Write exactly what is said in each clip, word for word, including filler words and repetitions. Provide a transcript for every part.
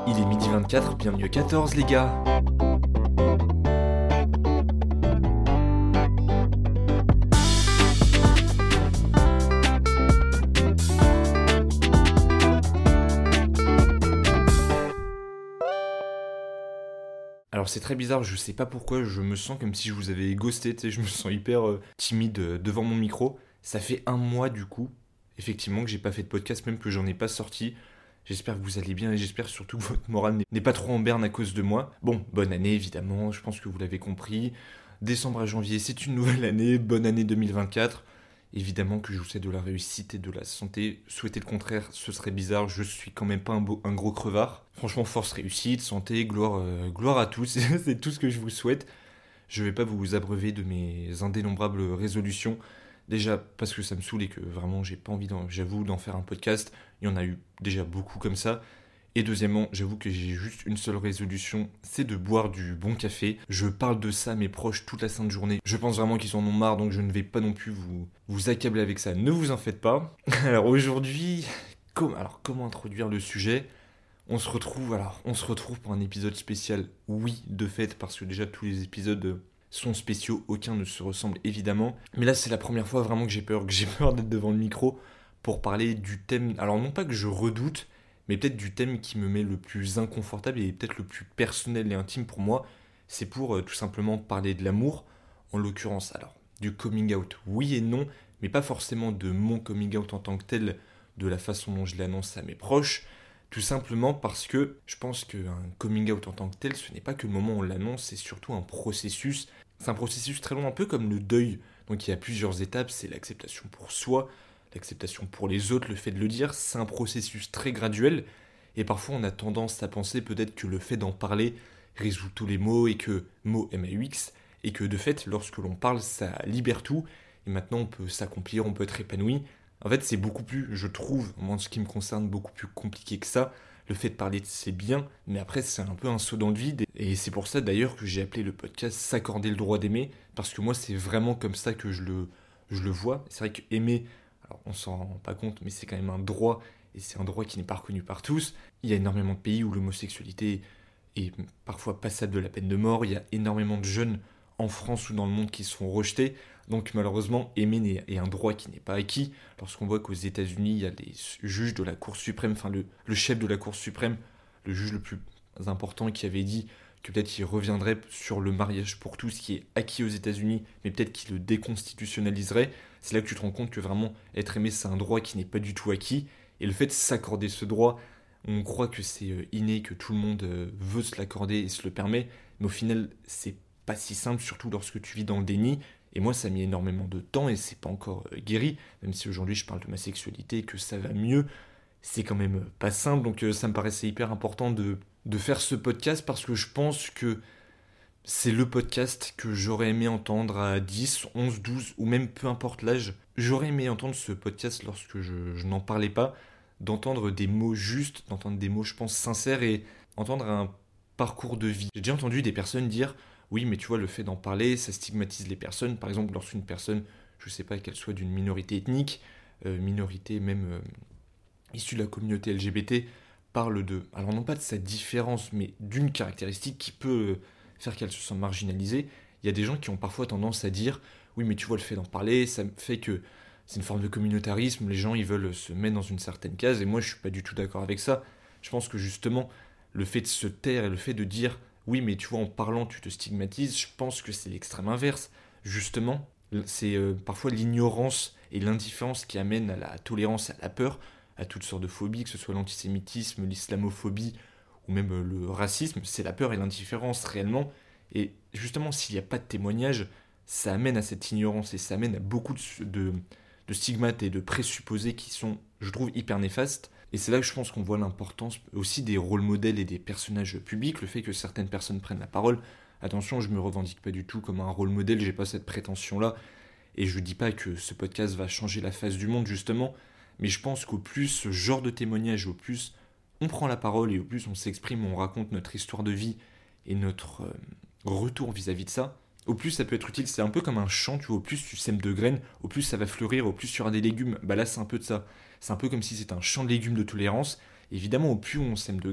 Il est midi vingt-quatre, bienvenue à quatorze les gars. Alors c'est très bizarre, je sais pas pourquoi, je me sens comme si je vous avais ghosté, tu sais, je me sens hyper euh, timide euh, devant mon micro. Ça fait un mois du coup, effectivement, que j'ai pas fait de podcast, même que j'en ai pas sorti. J'espère que vous allez bien et j'espère surtout que votre morale n'est- n'est pas trop en berne à cause de moi. Bon, bonne année évidemment, je pense que vous l'avez compris. Décembre à janvier, c'est une nouvelle année, bonne année deux mille vingt-quatre. Évidemment que je vous souhaite de la réussite et de la santé. Souhaiter le contraire, ce serait bizarre, je suis quand même pas un, beau- un gros crevard. Franchement, force, réussite, santé, gloire, euh, gloire à tous, c'est tout ce que je vous souhaite. Je vais pas vous abreuver de mes indénombrables résolutions. Déjà parce que ça me saoule et que vraiment j'ai pas envie, d'en- j'avoue, d'en faire un podcast. Il y en a eu déjà beaucoup comme ça. Et deuxièmement, j'avoue que j'ai juste une seule résolution, c'est de boire du bon café. Je parle de ça à mes proches toute la sainte journée. Je pense vraiment qu'ils en ont marre, donc je ne vais pas non plus vous, vous accabler avec ça. Ne vous en faites pas. Alors aujourd'hui, com- alors comment introduire le sujet ? On se retrouve, alors, on se retrouve pour un épisode spécial, oui, de fait, parce que déjà tous les épisodes euh, sont spéciaux, aucun ne se ressemble évidemment. Mais là, c'est la première fois vraiment que j'ai peur, que j'ai peur d'être devant le micro pour parler du thème. Alors, non pas que je redoute, mais peut-être du thème qui me met le plus inconfortable et peut-être le plus personnel et intime pour moi. C'est pour euh, tout simplement parler de l'amour, en l'occurrence, alors, du coming out, oui et non, mais pas forcément de mon coming out en tant que tel, de la façon dont je l'annonce à mes proches. Tout simplement parce que je pense qu'un coming out en tant que tel, ce n'est pas que le moment où on l'annonce, c'est surtout un processus. C'est un processus très long, un peu comme le deuil. Donc il y a plusieurs étapes, c'est l'acceptation pour soi, l'acceptation pour les autres, le fait de le dire, c'est un processus très graduel. Et parfois on a tendance à penser peut-être que le fait d'en parler résout tous les maux et que, mot M A U X, et que de fait lorsque l'on parle ça libère tout, et maintenant on peut s'accomplir, on peut être épanoui. En fait, c'est beaucoup plus, je trouve, moi en ce qui me concerne, beaucoup plus compliqué que ça. Le fait de parler, c'est bien, mais après, c'est un peu un saut dans le vide. Et c'est pour ça, d'ailleurs, que j'ai appelé le podcast S'accorder le droit d'aimer, parce que moi, c'est vraiment comme ça que je le, je le vois. C'est vrai que aimer, alors on s'en rend pas compte, mais c'est quand même un droit, et c'est un droit qui n'est pas reconnu par tous. Il y a énormément de pays où l'homosexualité est parfois passable de la peine de mort. Il y a énormément de jeunes en France ou dans le monde qui se font rejeter. Donc malheureusement, aimer est un droit qui n'est pas acquis. Lorsqu'on voit qu'aux États-Unis, il y a des juges de la Cour suprême, enfin le, le chef de la Cour suprême, le juge le plus important qui avait dit que peut-être il reviendrait sur le mariage pour tous qui est acquis aux États-Unis, mais peut-être qu'il le déconstitutionnaliserait. C'est là que tu te rends compte que vraiment être aimé, c'est un droit qui n'est pas du tout acquis. Et le fait de s'accorder ce droit, on croit que c'est inné, que tout le monde veut se l'accorder et se le permet, mais au final, c'est pas si simple, surtout lorsque tu vis dans le déni. Et moi, ça a mis énormément de temps et c'est pas encore euh, guéri. Même si aujourd'hui je parle de ma sexualité et que ça va mieux, c'est quand même euh, pas simple. Donc euh, ça me paraissait hyper important de, de faire ce podcast parce que je pense que c'est le podcast que j'aurais aimé entendre à dix, onze, douze ou même peu importe l'âge. J'aurais aimé entendre ce podcast lorsque je, je n'en parlais pas, d'entendre des mots justes, d'entendre des mots, je pense, sincères et entendre un parcours de vie. J'ai déjà entendu des personnes dire oui, mais tu vois, le fait d'en parler, ça stigmatise les personnes. Par exemple, lorsqu'une personne, je ne sais pas, qu'elle soit d'une minorité ethnique, euh, minorité même euh, issue de la communauté L G B T, parle de, alors non pas de sa différence, mais d'une caractéristique qui peut euh, faire qu'elle se sent marginalisée. Il y a des gens qui ont parfois tendance à dire, oui, mais tu vois, le fait d'en parler, ça fait que c'est une forme de communautarisme, les gens, ils veulent se mettre dans une certaine case, et moi, je ne suis pas du tout d'accord avec ça. Je pense que justement, le fait de se taire et le fait de dire oui, mais tu vois, en parlant, tu te stigmatises. Je pense que c'est l'extrême inverse. Justement, c'est euh, parfois l'ignorance et l'indifférence qui amènent à la tolérance et à la peur, à toutes sortes de phobies, que ce soit l'antisémitisme, l'islamophobie ou même euh, le racisme. C'est la peur et l'indifférence réellement. Et justement, s'il n'y a pas de témoignage, ça amène à cette ignorance et ça amène à beaucoup de, de, de stigmates et de présupposés qui sont, je trouve, hyper néfastes. Et c'est là que je pense qu'on voit l'importance aussi des rôles modèles et des personnages publics, le fait que certaines personnes prennent la parole. Attention, je me revendique pas du tout comme un rôle modèle, j'ai pas cette prétention-là, et je dis pas que ce podcast va changer la face du monde justement, mais je pense qu'au plus ce genre de témoignage, au plus on prend la parole et au plus on s'exprime, on raconte notre histoire de vie et notre euh, retour vis-à-vis de ça, au plus ça peut être utile. C'est un peu comme un champ, tu vois, au plus tu sèmes de graines, au plus ça va fleurir, au plus il y aura des légumes. Bah là c'est un peu de ça. C'est un peu comme si c'était un champ de légumes de tolérance. Évidemment, au plus on sème de graines,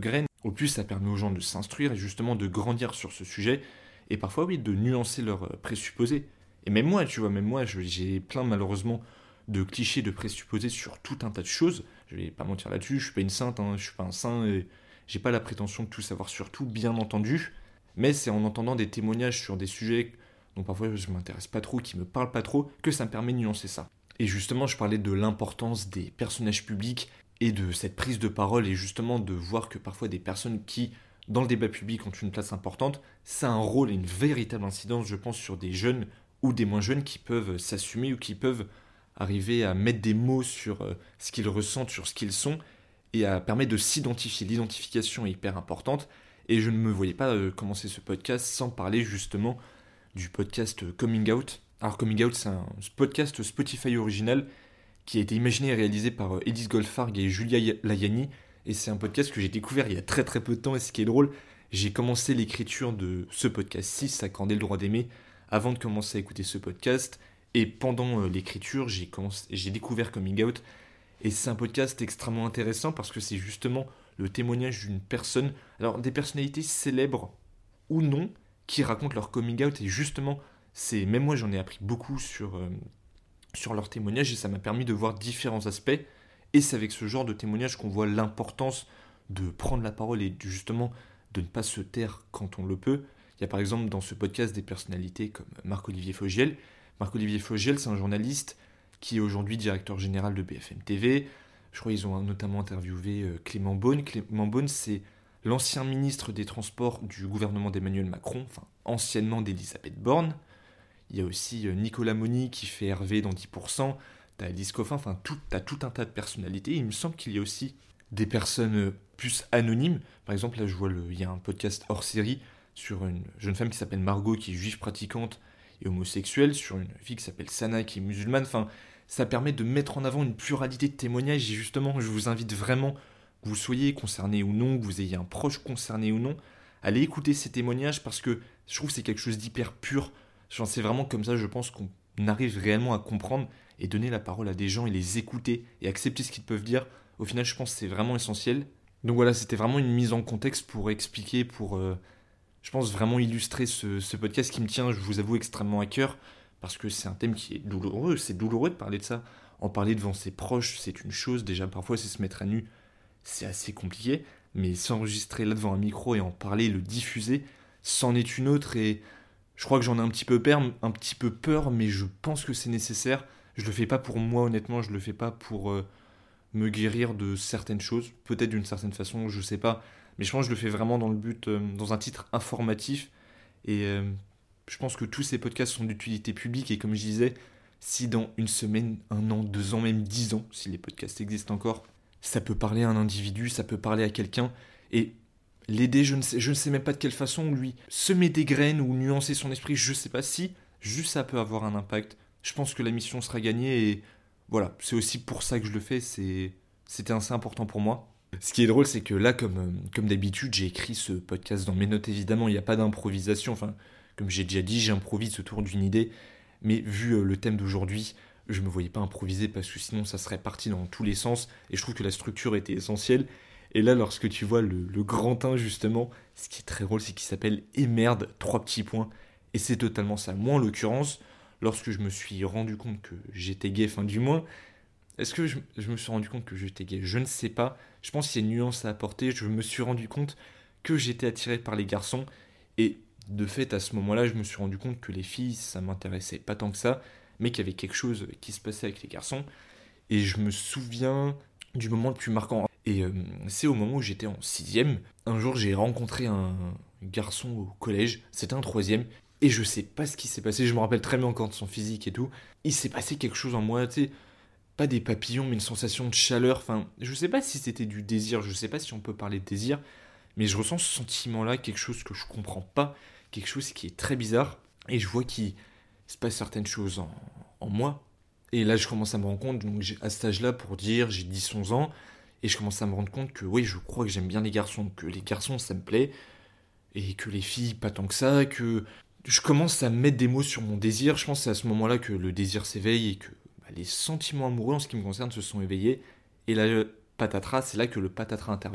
Au plus, ça permet aux gens de s'instruire et justement de grandir sur ce sujet, et parfois, oui, de nuancer leurs présupposés. Et même moi, tu vois, même moi, je- j'ai plein malheureusement de clichés, de présupposés sur tout un tas de choses. Je vais pas mentir là-dessus, je suis pas une sainte, hein, je suis pas un saint, et j'ai pas la prétention de tout savoir sur tout, bien entendu. Mais c'est en entendant des témoignages sur des sujets dont parfois je m'intéresse pas trop, qui me parlent pas trop, que ça me permet de nuancer ça. Et justement, je parlais de l'importance des personnages publics et de cette prise de parole, et justement de voir que parfois des personnes qui, dans le débat public, ont une place importante, ça a un rôle et une véritable incidence, je pense, sur des jeunes ou des moins jeunes qui peuvent s'assumer ou qui peuvent arriver à mettre des mots sur euh, ce qu'ils ressentent, sur ce qu'ils sont, et à permettre de s'identifier. L'identification est hyper importante, et je ne me voyais pas euh, commencer ce podcast sans parler justement du podcast euh, Coming Out. Alors Coming Out, c'est un podcast Spotify original qui a été imaginé et réalisé par euh, Edith Goldfarg et Julia Layani, et c'est un podcast que j'ai découvert il y a très très peu de temps, et ce qui est drôle, j'ai commencé l'écriture de ce podcast-ci, S'accorder le droit d'aimer, avant de commencer à écouter ce podcast, et pendant euh, l'écriture, j'ai, commencé, j'ai découvert Coming Out, et c'est un podcast extrêmement intéressant parce que c'est justement le témoignage d'une personne, alors des personnalités célèbres ou non, qui racontent leur coming out, et justement, c'est, même moi j'en ai appris beaucoup sur, euh, sur leur témoignage, et ça m'a permis de voir différents aspects, et c'est avec ce genre de témoignage qu'on voit l'importance de prendre la parole et justement de ne pas se taire quand on le peut. Il y a par exemple dans ce podcast des personnalités comme Marc-Olivier Fogiel. Marc-Olivier Fogiel, c'est un journaliste qui est aujourd'hui directeur général de B F M T V. Je crois qu'ils ont notamment interviewé euh, Clément Beaune. Clément Beaune, c'est l'ancien ministre des Transports du gouvernement d'Emmanuel Macron, enfin anciennement d'Elisabeth Borne. Il y a aussi euh, Nicolas Mauny qui fait Hervé dans dix pour cent. T'as Alice Coffin, enfin tout, t'as tout un tas de personnalités. Il me semble qu'il y a aussi des personnes euh, plus anonymes. Par exemple, là je vois, le, il y a un podcast hors série sur une jeune femme qui s'appelle Margot, qui est juive pratiquante et homosexuelle, sur une fille qui s'appelle Sana, qui est musulmane. Enfin, ça permet de mettre en avant une pluralité de témoignages, et justement, je vous invite vraiment, que vous soyez concerné ou non, que vous ayez un proche concerné ou non, à aller écouter ces témoignages, parce que je trouve que c'est quelque chose d'hyper pur. Genre, c'est vraiment comme ça, je pense, qu'on arrive réellement à comprendre et donner la parole à des gens et les écouter et accepter ce qu'ils peuvent dire. Au final, je pense que c'est vraiment essentiel. Donc voilà, c'était vraiment une mise en contexte pour expliquer, pour, euh, je pense, vraiment illustrer ce, ce podcast qui me tient, je vous avoue, extrêmement à cœur, parce que c'est un thème qui est douloureux, c'est douloureux de parler de ça. En parler devant ses proches, c'est une chose, déjà parfois c'est se mettre à nu, c'est assez compliqué, mais s'enregistrer là devant un micro et en parler, le diffuser, c'en est une autre, et je crois que j'en ai un petit peu peur, un petit peu peur, mais je pense que c'est nécessaire. Je le fais pas pour moi, honnêtement, je le fais pas pour euh, me guérir de certaines choses, peut-être d'une certaine façon, je sais pas, mais je pense que je le fais vraiment dans le but, euh, dans un titre informatif, et euh, je pense que tous ces podcasts sont d'utilité publique, et comme je disais, si dans une semaine, un an, deux ans, même dix ans, si les podcasts existent encore, ça peut parler à un individu, ça peut parler à quelqu'un, et l'aider, je ne sais, je ne sais même pas de quelle façon, lui, semer des graines ou nuancer son esprit, je sais pas si, juste ça peut avoir un impact. Je pense que la mission sera gagnée, et voilà, c'est aussi pour ça que je le fais, c'est, c'était assez important pour moi. Ce qui est drôle, c'est que là, comme, euh, comme d'habitude, j'ai écrit ce podcast dans mes notes, évidemment, il n'y a pas d'improvisation, enfin, comme j'ai déjà dit, j'improvise autour d'une idée, mais vu euh, le thème d'aujourd'hui, je me voyais pas improviser parce que sinon ça serait parti dans tous les sens, et je trouve que la structure était essentielle. Et là, lorsque tu vois le, le grand un, justement, ce qui est très drôle, c'est qu'il s'appelle Et merde, trois petits points, et c'est totalement ça. Moi, en l'occurrence, lorsque je me suis rendu compte que j'étais gay, enfin du moins, est-ce que je, je me suis rendu compte que j'étais gay? Je ne sais pas, je pense qu'il y a une nuance à apporter, je me suis rendu compte que j'étais attiré par les garçons, et de fait, à ce moment-là, je me suis rendu compte que les filles, ça m'intéressait pas tant que ça, mais qu'il y avait quelque chose qui se passait avec les garçons. Et je me souviens du moment le plus marquant. Et euh, c'est au moment où j'étais en sixième. Un jour, j'ai rencontré un garçon au collège. C'était un troisième. Et je sais pas ce qui s'est passé. Je me rappelle très bien encore de son physique et tout. Il s'est passé quelque chose en moi, tu sais. Pas des papillons, mais une sensation de chaleur. Enfin, je sais pas si c'était du désir. Je sais pas si on peut parler de désir. Mais je ressens ce sentiment-là, quelque chose que je comprends pas. Quelque chose qui est très bizarre. Et je vois qu'il se passe certaines choses en, en moi. Et là, je commence à me rendre compte, donc à cet âge-là, pour dire, j'ai dix onze ans, et je commence à me rendre compte que oui, je crois que j'aime bien les garçons, que les garçons, ça me plaît, et que les filles, pas tant que ça, que je commence à mettre des mots sur mon désir. Je pense que c'est à ce moment-là que le désir s'éveille, et que bah, les sentiments amoureux, en ce qui me concerne, se sont éveillés. Et là, patatras, c'est là que le patatras intervient,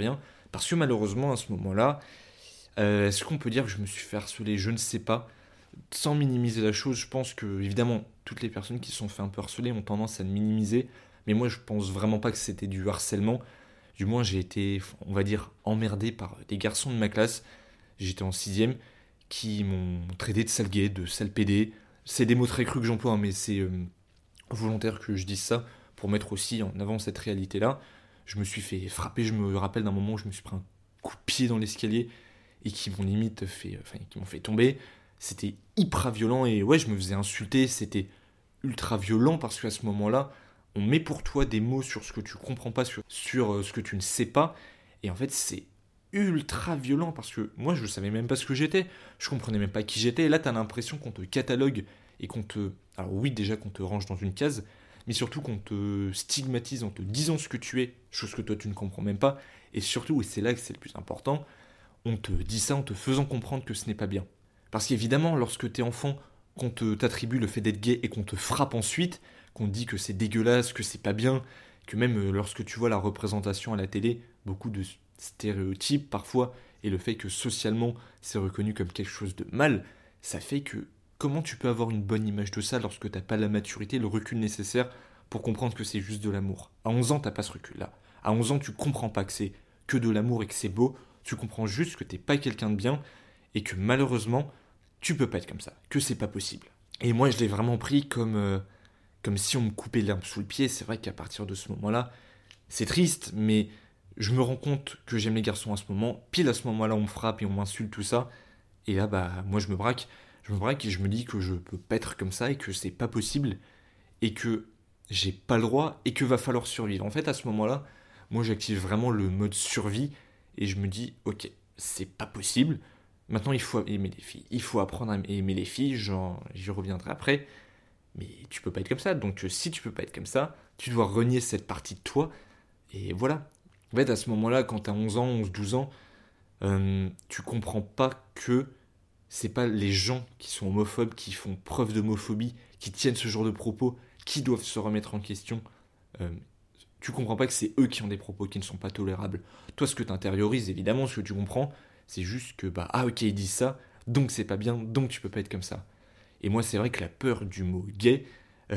Parce que malheureusement, à ce moment-là, euh, est-ce qu'on peut dire que je me suis fait harceler? Je ne sais pas. Sans minimiser la chose, je pense que, évidemment, toutes les personnes qui se sont fait un peu harceler ont tendance à le minimiser. Mais moi, je pense vraiment pas que c'était du harcèlement. Du moins, j'ai été, on va dire, emmerdé par des garçons de ma classe. J'étais en sixième, qui m'ont traité de sale gay, de sale pédé. C'est des mots très crus que j'emploie, hein, mais c'est euh, volontaire que je dise ça pour mettre aussi en avant cette réalité-là. Je me suis fait frapper, je me rappelle d'un moment où je me suis pris un coup de pied dans l'escalier et qui m'ont limite fait, enfin, qui m'ont fait tomber. C'était hyper violent et ouais, je me faisais insulter, c'était ultra violent parce qu'à ce moment-là, on met pour toi des mots sur ce que tu comprends pas, sur, sur euh, ce que tu ne sais pas. Et en fait, c'est ultra violent parce que moi, je ne savais même pas ce que j'étais. Je comprenais même pas qui j'étais. Et là, tu as l'impression qu'on te catalogue et qu'on te... Alors oui, déjà qu'on te range dans une case, mais surtout qu'on te stigmatise en te disant ce que tu es, chose que toi, tu ne comprends même pas. Et surtout, et c'est là que c'est le plus important, on te dit ça en te faisant comprendre que ce n'est pas bien. Parce qu'évidemment, lorsque tu es enfant, qu'on te t'attribue le fait d'être gay et qu'on te frappe ensuite, qu'on te dit que c'est dégueulasse, que c'est pas bien, que même euh, lorsque tu vois la représentation à la télé, beaucoup de stéréotypes parfois, et le fait que socialement c'est reconnu comme quelque chose de mal, ça fait que comment tu peux avoir une bonne image de ça lorsque t'as pas la maturité, le recul nécessaire pour comprendre que c'est juste de l'amour. À onze ans, t'as pas ce recul-là. À onze ans, tu comprends pas que c'est que de l'amour et que c'est beau, tu comprends juste que t'es pas quelqu'un de bien, et que malheureusement, tu peux pas être comme ça, que c'est pas possible. Et moi, je l'ai vraiment pris comme... euh, comme si on me coupait l'herbe sous le pied. C'est vrai qu'à partir de ce moment-là, c'est triste, mais je me rends compte que j'aime les garçons à ce moment. Pile à ce moment-là, on me frappe et on m'insulte, tout ça. Et là, bah, moi, je me braque. Je me braque et je me dis que je peux pas être comme ça et que c'est pas possible et que j'ai pas le droit et que va falloir survivre. En fait, à ce moment-là, moi, j'active vraiment le mode survie et je me dis, ok, c'est pas possible. Maintenant, il faut aimer les filles. Il faut apprendre à aimer les filles. Genre, j'y reviendrai après. Mais tu peux pas être comme ça. Donc, euh, si tu peux pas être comme ça, tu dois renier cette partie de toi. Et voilà. En fait, à ce moment-là, quand t'as onze ans, onze, douze ans, euh, tu comprends pas que c'est pas les gens qui sont homophobes, qui font preuve d'homophobie, qui tiennent ce genre de propos, qui doivent se remettre en question. Euh, tu comprends pas que c'est eux qui ont des propos qui ne sont pas tolérables. Toi, ce que tu intériorises, évidemment, ce que tu comprends, c'est juste que, bah, ah, ok, ils disent ça, donc c'est pas bien, donc tu peux pas être comme ça. Et moi, c'est vrai que la peur du mot gay, euh,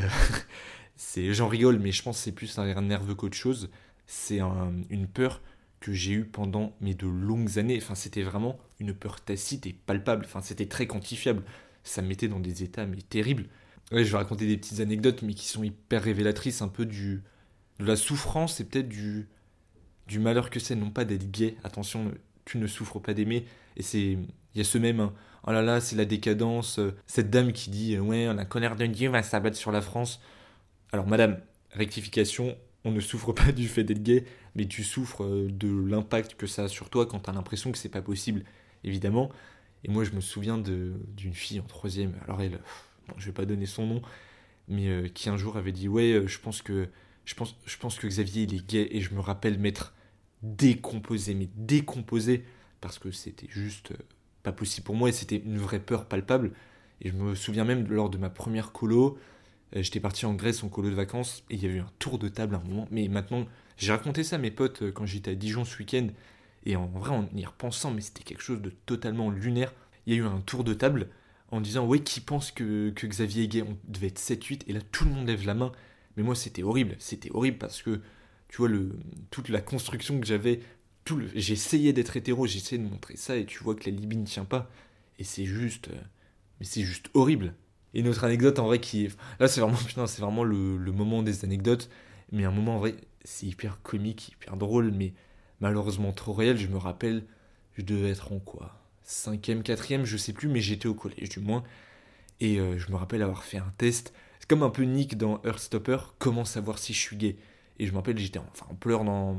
c'est, j'en rigole, mais je pense que c'est plus un nerveux qu'autre chose. C'est un- une peur que j'ai eue pendant mes de longues années. Enfin, c'était vraiment une peur tacite et palpable. Enfin, c'était très quantifiable. Ça me mettait dans des états mais terribles. Ouais, je vais raconter des petites anecdotes, mais qui sont hyper révélatrices, un peu du, de la souffrance et peut-être du, du malheur que c'est, non pas d'être gay. Attention, tu ne souffres pas d'aimer. Et c'est, il y a ce même, hein, oh là là, c'est la décadence. euh, Cette dame qui dit, euh, ouais, la colère de Dieu va s'abattre sur la France. Alors, madame, rectification, on ne souffre pas du fait d'être gay, mais tu souffres euh, de l'impact que ça a sur toi quand t'as l'impression que c'est pas possible, évidemment. Et moi, je me souviens de, d'une fille en troisième. Alors, elle, pff, bon, je vais pas donner son nom, mais euh, qui un jour avait dit, ouais, euh, je pense que, je pense, je pense que Xavier, il est gay, et je me rappelle m'être décomposé, mais décomposé, parce que c'était juste euh, pas possible pour moi, et c'était une vraie peur palpable. Et je me souviens même lors de ma première colo, euh, j'étais parti en Grèce en colo de vacances et il y avait eu un tour de table à un moment. Mais maintenant, j'ai raconté ça à mes potes euh, quand j'étais à Dijon ce week-end. Et en vrai, en y repensant, mais c'était quelque chose de totalement lunaire. Il y a eu un tour de table en disant, ouais, qui pense que, que Xavier est gay? On devait être sept huit et là, tout le monde lève la main. Mais moi, c'était horrible. C'était horrible parce que, tu vois, le, toute la construction que j'avais, tout le, j'essayais d'être hétéro, j'essayais de montrer ça et tu vois que la libye ne tient pas. Et c'est juste, euh, mais c'est juste horrible. Et une autre anecdote en vrai qui est... Là c'est vraiment, putain, c'est vraiment le, le moment des anecdotes. Mais un moment en vrai, c'est hyper comique, hyper drôle, mais malheureusement trop réel. Je me rappelle, je devais être en quoi? Cinquième, quatrième, je sais plus, mais j'étais au collège du moins. Et euh, je me rappelle avoir fait un test. C'est comme un peu Nick dans Heartstopper, comment savoir si je suis gay. Et je me rappelle, j'étais en, enfin, en pleurs dans,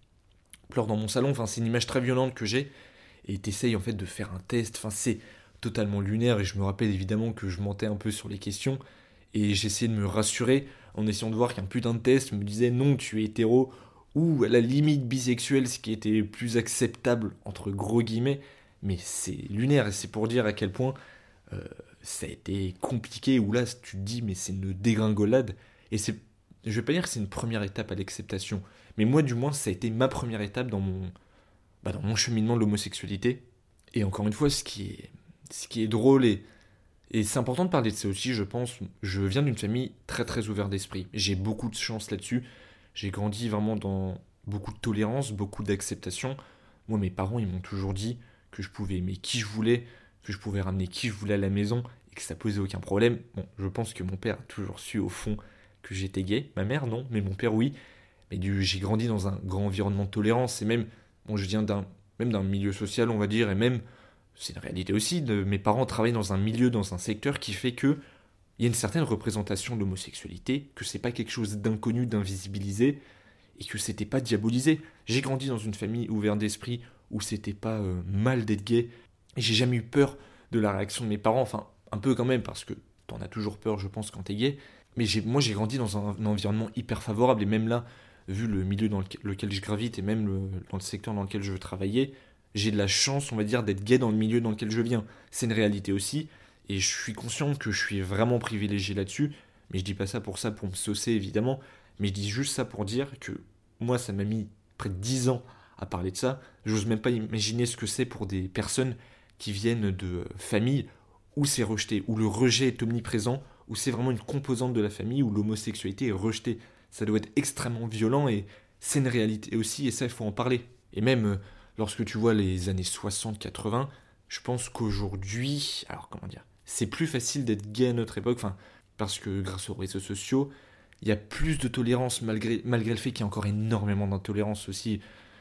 pleurs dans mon salon. Enfin, c'est une image très violente que j'ai. Et t'essayes en fait de faire un test. Enfin, c'est totalement lunaire. Et je me rappelle évidemment que je mentais un peu sur les questions. Et j'essayais de me rassurer en essayant de voir qu'un putain de test me disait non, tu es hétéro. Ou à la limite bisexuel, ce qui était plus acceptable, entre gros guillemets. Mais c'est lunaire. Et c'est pour dire à quel point euh, ça a été compliqué. Où là, tu te dis, mais c'est une dégringolade. Et c'est, je vais pas dire que c'est une première étape à l'acceptation. Mais moi, du moins, ça a été ma première étape dans mon bah, dans mon cheminement de l'homosexualité. Et encore une fois, ce qui est, ce qui est drôle et, et c'est important de parler de ça aussi, je pense. Je viens d'une famille très très ouverte d'esprit. J'ai beaucoup de chance là-dessus. J'ai grandi vraiment dans beaucoup de tolérance, beaucoup d'acceptation. Moi, mes parents, ils m'ont toujours dit que je pouvais aimer qui je voulais, que je pouvais ramener qui je voulais à la maison et que ça posait aucun problème. Bon, je pense que mon père a toujours su au fond que j'étais gay. Ma mère, non, mais mon père, oui. Mais du, j'ai grandi dans un grand environnement de tolérance et même, bon, je viens d'un, même d'un milieu social, on va dire, et même, c'est une réalité aussi, de, mes parents travaillent dans un milieu, dans un secteur qui fait que il y a une certaine représentation de l'homosexualité, que c'est pas quelque chose d'inconnu, d'invisibilisé, et que c'était pas diabolisé. J'ai grandi dans une famille ouverte d'esprit où c'était pas euh, mal d'être gay, et j'ai jamais eu peur de la réaction de mes parents, enfin, un peu quand même, parce que t'en as toujours peur, je pense, quand t'es gay, mais j'ai, moi j'ai grandi dans un, un environnement hyper favorable, et même là, vu le milieu dans lequel, lequel je gravite, et même le, dans le secteur dans lequel je veux travailler, j'ai de la chance, on va dire, d'être gay dans le milieu dans lequel je viens. C'est une réalité aussi, et je suis conscient que je suis vraiment privilégié là-dessus, mais je dis pas ça pour ça, pour me saucer évidemment, mais je dis juste ça pour dire que moi ça m'a mis près de dix ans à parler de ça. J'ose même pas imaginer ce que c'est pour des personnes qui viennent de familles où c'est rejeté, où le rejet est omniprésent, où c'est vraiment une composante de la famille, où l'homosexualité est rejetée. Ça doit être extrêmement violent et c'est une réalité aussi, et ça il faut en parler. Et même euh, lorsque tu vois les années soixante quatre-vingts, je pense qu'aujourd'hui, alors comment dire, c'est plus facile d'être gay à notre époque, enfin, parce que grâce aux réseaux sociaux, il y a plus de tolérance malgré, malgré le fait qu'il y a encore énormément d'intolérance aussi.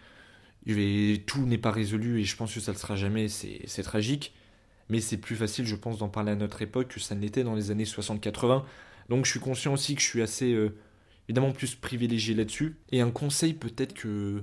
Je vais- tout n'est pas résolu et je pense que ça ne le sera jamais, c'est, c'est tragique. Mais c'est plus facile, je pense, d'en parler à notre époque que ça ne l'était dans les années soixante quatre-vingts. Donc je suis conscient aussi que je suis assez, euh, évidemment, plus privilégié là-dessus. Et un conseil peut-être que,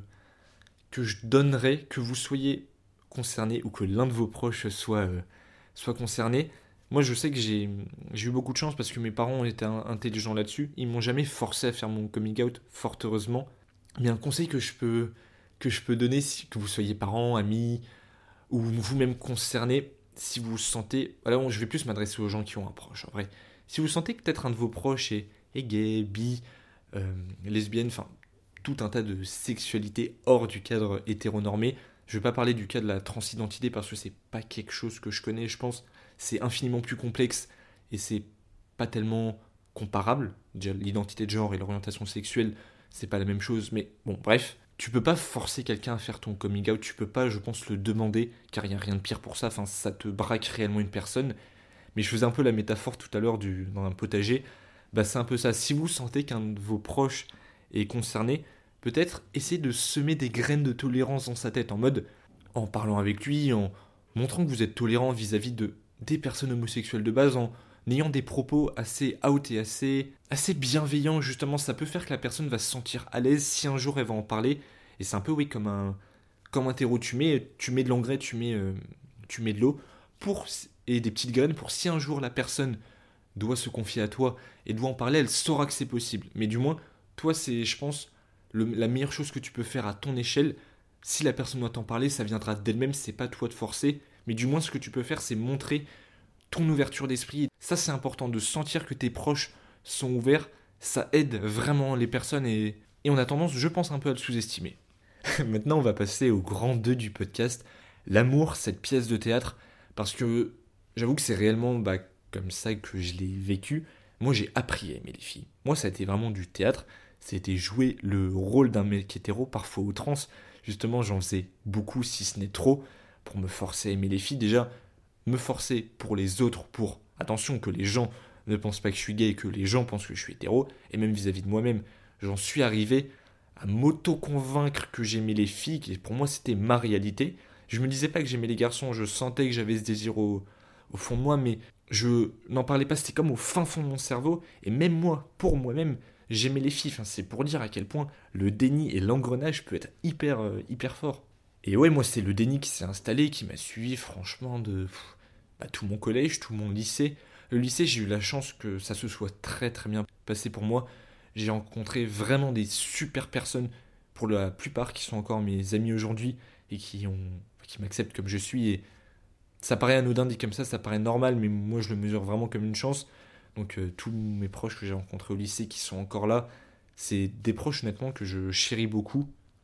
que je donnerais, que vous soyez concerné ou que l'un de vos proches soit, euh, soit concerné. Moi, je sais que j'ai, j'ai eu beaucoup de chance parce que mes parents étaient un- intelligents là-dessus. Ils m'ont jamais forcé à faire mon coming out, fort heureusement. Mais un conseil que je peux, que je peux donner, si, que vous soyez parents, amis ou vous-même concerné, si vous sentez... Alors, je vais plus m'adresser aux gens qui ont un proche, en vrai. Si vous sentez que peut-être un de vos proches est, est gay, bi, euh, lesbienne, enfin, tout un tas de sexualité hors du cadre hétéronormé. Je ne vais pas parler du cas de la transidentité parce que c'est pas quelque chose que je connais, je pense. C'est infiniment plus complexe et c'est pas tellement comparable. Déjà, l'identité de genre et l'orientation sexuelle, c'est pas la même chose, mais bon, bref. Tu peux pas forcer quelqu'un à faire ton coming out, tu peux pas, je pense, le demander, car il n'y a rien de pire pour ça, enfin, ça te braque réellement une personne. Mais je faisais un peu la métaphore tout à l'heure du, dans un potager, bah c'est un peu ça. Si vous sentez qu'un de vos proches est concerné, peut-être essayez de semer des graines de tolérance dans sa tête, en mode, en parlant avec lui, en montrant que vous êtes tolérant vis-à-vis de des personnes homosexuelles de base, en ayant des propos assez out et assez, assez bienveillants, justement, ça peut faire que la personne va se sentir à l'aise si un jour elle va en parler. Et c'est un peu, oui, comme un, comme un terreau. Tu mets, tu mets de l'engrais, tu mets, euh, tu mets de l'eau pour, et des petites graines pour si un jour la personne doit se confier à toi et doit en parler, elle saura que c'est possible. Mais du moins, toi, c'est, je pense, le- la meilleure chose que tu peux faire à ton échelle. Si la personne doit t'en parler, ça viendra d'elle-même, c'est pas toi de forcer. Mais du moins, ce que tu peux faire, c'est montrer ton ouverture d'esprit. Ça, c'est important de sentir que tes proches sont ouverts. Ça aide vraiment les personnes et, et on a tendance, je pense, un peu à le sous-estimer. Maintenant, on va passer au grand deux du podcast. L'amour, cette pièce de théâtre. Parce que j'avoue que c'est réellement bah, comme ça que je l'ai vécu. Moi, j'ai appris à aimer les filles. Moi, ça a été vraiment du théâtre. C'était jouer le rôle d'un mec hétéro, parfois outrance. Justement, j'en faisais beaucoup, si ce n'est trop, pour me forcer à aimer les filles. Déjà, me forcer pour les autres, pour, attention, que les gens ne pensent pas que je suis gay et que les gens pensent que je suis hétéro, et même vis-à-vis de moi-même, j'en suis arrivé à m'auto-convaincre que j'aimais les filles, et pour moi c'était ma réalité. Je me disais pas que j'aimais les garçons, je sentais que j'avais ce désir au, au fond de moi, mais je n'en parlais pas, c'était comme au fin fond de mon cerveau, et même moi, pour moi-même, j'aimais les filles. Enfin, c'est pour dire à quel point le déni et l'engrenage peut être hyper, euh, hyper fort. Et ouais, moi, c'est le déni qui s'est installé, qui m'a suivi, franchement, de pff, bah, tout mon collège, tout mon lycée. Le lycée, j'ai eu la chance que ça se soit très très bien passé pour moi. J'ai rencontré vraiment des super personnes, pour la plupart qui sont encore mes amis aujourd'hui et qui ont, qui m'acceptent comme je suis. Et ça paraît anodin dit comme ça, ça paraît normal, mais moi je le mesure vraiment comme une chance. Donc euh, tous mes proches que j'ai rencontrés au lycée qui sont encore là, c'est des proches honnêtement que je chéris beaucoup.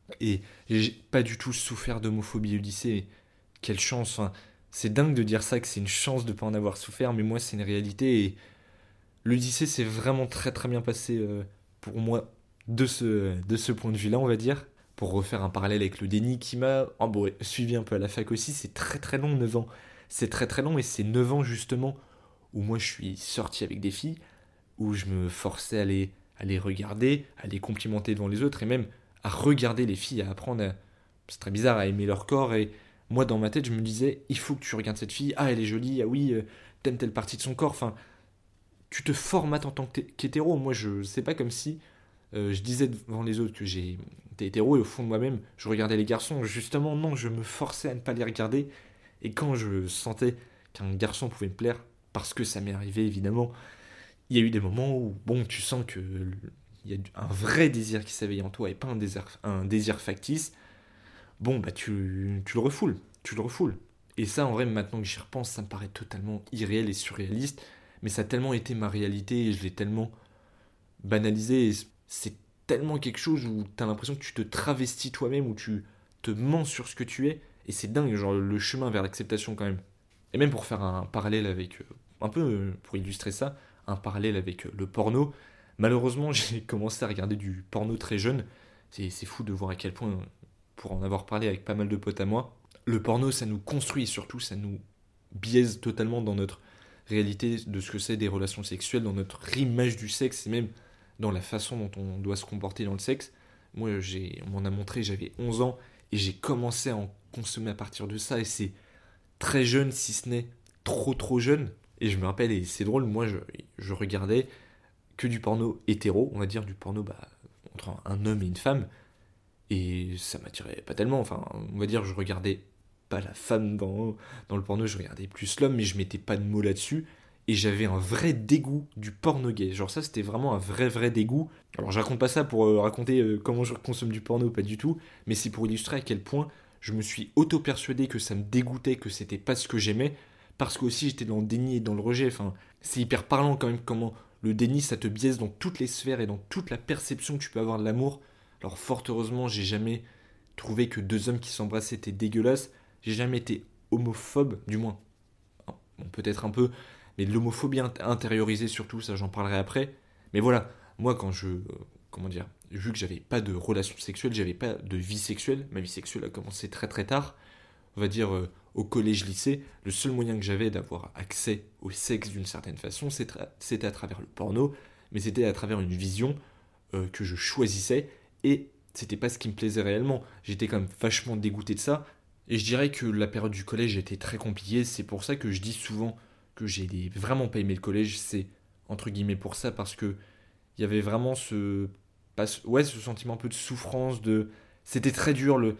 Et j'ai pas du tout souffert d'homophobie au lycée. Quelle chance, enfin, c'est dingue de dire ça, que c'est une chance de pas en avoir souffert, mais moi c'est une réalité. Et le lycée s'est vraiment très très bien passé euh, pour moi de ce, de ce point de vue-là, on va dire. Pour refaire un parallèle avec le déni qui m'a oh bon, ouais, suivi un peu à la fac aussi, c'est très très long, neuf ans. C'est très très long et c'est neuf ans justement où moi je suis sorti avec des filles, où je me forçais à les, à les regarder, à les complimenter devant les autres et même à regarder les filles, à apprendre à, c'est très bizarre, à aimer leur corps. Et moi dans ma tête je me disais, il faut que tu regardes cette fille, ah elle est jolie, ah oui, euh, t'aimes telle partie de son corps, enfin tu te formates en tant qu'hétéro. Moi, je c'est pas comme si euh, je disais devant les autres que j'étais hétéro et au fond de moi-même, je regardais les garçons. Justement, non, je me forçais à ne pas les regarder. Et quand je sentais qu'un garçon pouvait me plaire, parce que ça m'est arrivé évidemment, il y a eu des moments où, bon, tu sens que il y a un vrai désir qui s'éveille en toi et pas un désir, un désir factice. Bon, bah tu, tu le refoules, tu le refoules. Et ça, en vrai, maintenant que j'y repense, ça me paraît totalement irréel et surréaliste. Mais ça a tellement été ma réalité et je l'ai tellement banalisé. Et c'est tellement quelque chose où t'as l'impression que tu te travestis toi-même, où tu te mens sur ce que tu es. Et c'est dingue, genre le chemin vers l'acceptation quand même. Et même pour faire un parallèle avec, euh, un peu euh, pour illustrer ça, un parallèle avec euh, le porno. Malheureusement, j'ai commencé à regarder du porno très jeune. C'est, c'est fou de voir à quel point, pour en avoir parlé avec pas mal de potes à moi, le porno, ça nous construit et surtout, ça nous biaise totalement dans notre réalité de ce que c'est des relations sexuelles, dans notre image du sexe et même dans la façon dont on doit se comporter dans le sexe. Moi, j'ai, on m'en a montré, j'avais onze ans et j'ai commencé à en consommer à partir de ça et c'est très jeune, si ce n'est trop trop jeune. Et je me rappelle, et c'est drôle, moi je, je regardais que du porno hétéro, on va dire du porno bah, entre un homme et une femme, et ça m'attirait pas tellement. Enfin, on va dire, je regardais pas la femme dans, dans le porno, je regardais plus l'homme, mais je mettais pas de mots là-dessus. Et j'avais un vrai dégoût du porno gay. Genre ça, c'était vraiment un vrai vrai dégoût. Alors je raconte pas ça pour euh, raconter euh, comment je consomme du porno, pas du tout, mais c'est pour illustrer à quel point je me suis auto-persuadé que ça me dégoûtait, que c'était pas ce que j'aimais, parce que aussi j'étais dans le déni et dans le rejet. Enfin, c'est hyper parlant quand même comment le déni ça te biaise dans toutes les sphères et dans toute la perception que tu peux avoir de l'amour. Alors fort heureusement, j'ai jamais trouvé que deux hommes qui s'embrassaient étaient dégueulasses. J'ai jamais été homophobe, du moins. Bon, peut-être un peu, mais de l'homophobie intériorisée surtout, ça j'en parlerai après. Mais voilà, moi quand je, euh, comment dire, vu que j'avais pas de relation sexuelle, j'avais pas de vie sexuelle, ma vie sexuelle a commencé très très tard, on va dire euh, au collège-lycée, le seul moyen que j'avais d'avoir accès au sexe d'une certaine façon, c'était à travers le porno, mais c'était à travers une vision euh, que je choisissais, et c'était pas ce qui me plaisait réellement. J'étais quand même vachement dégoûté de ça, et je dirais que la période du collège était très compliquée, c'est pour ça que je dis souvent que j'ai vraiment pas aimé le collège, c'est entre guillemets pour ça, parce que il y avait vraiment ce, pas, ouais, ce sentiment un peu de souffrance, de, c'était très dur, le,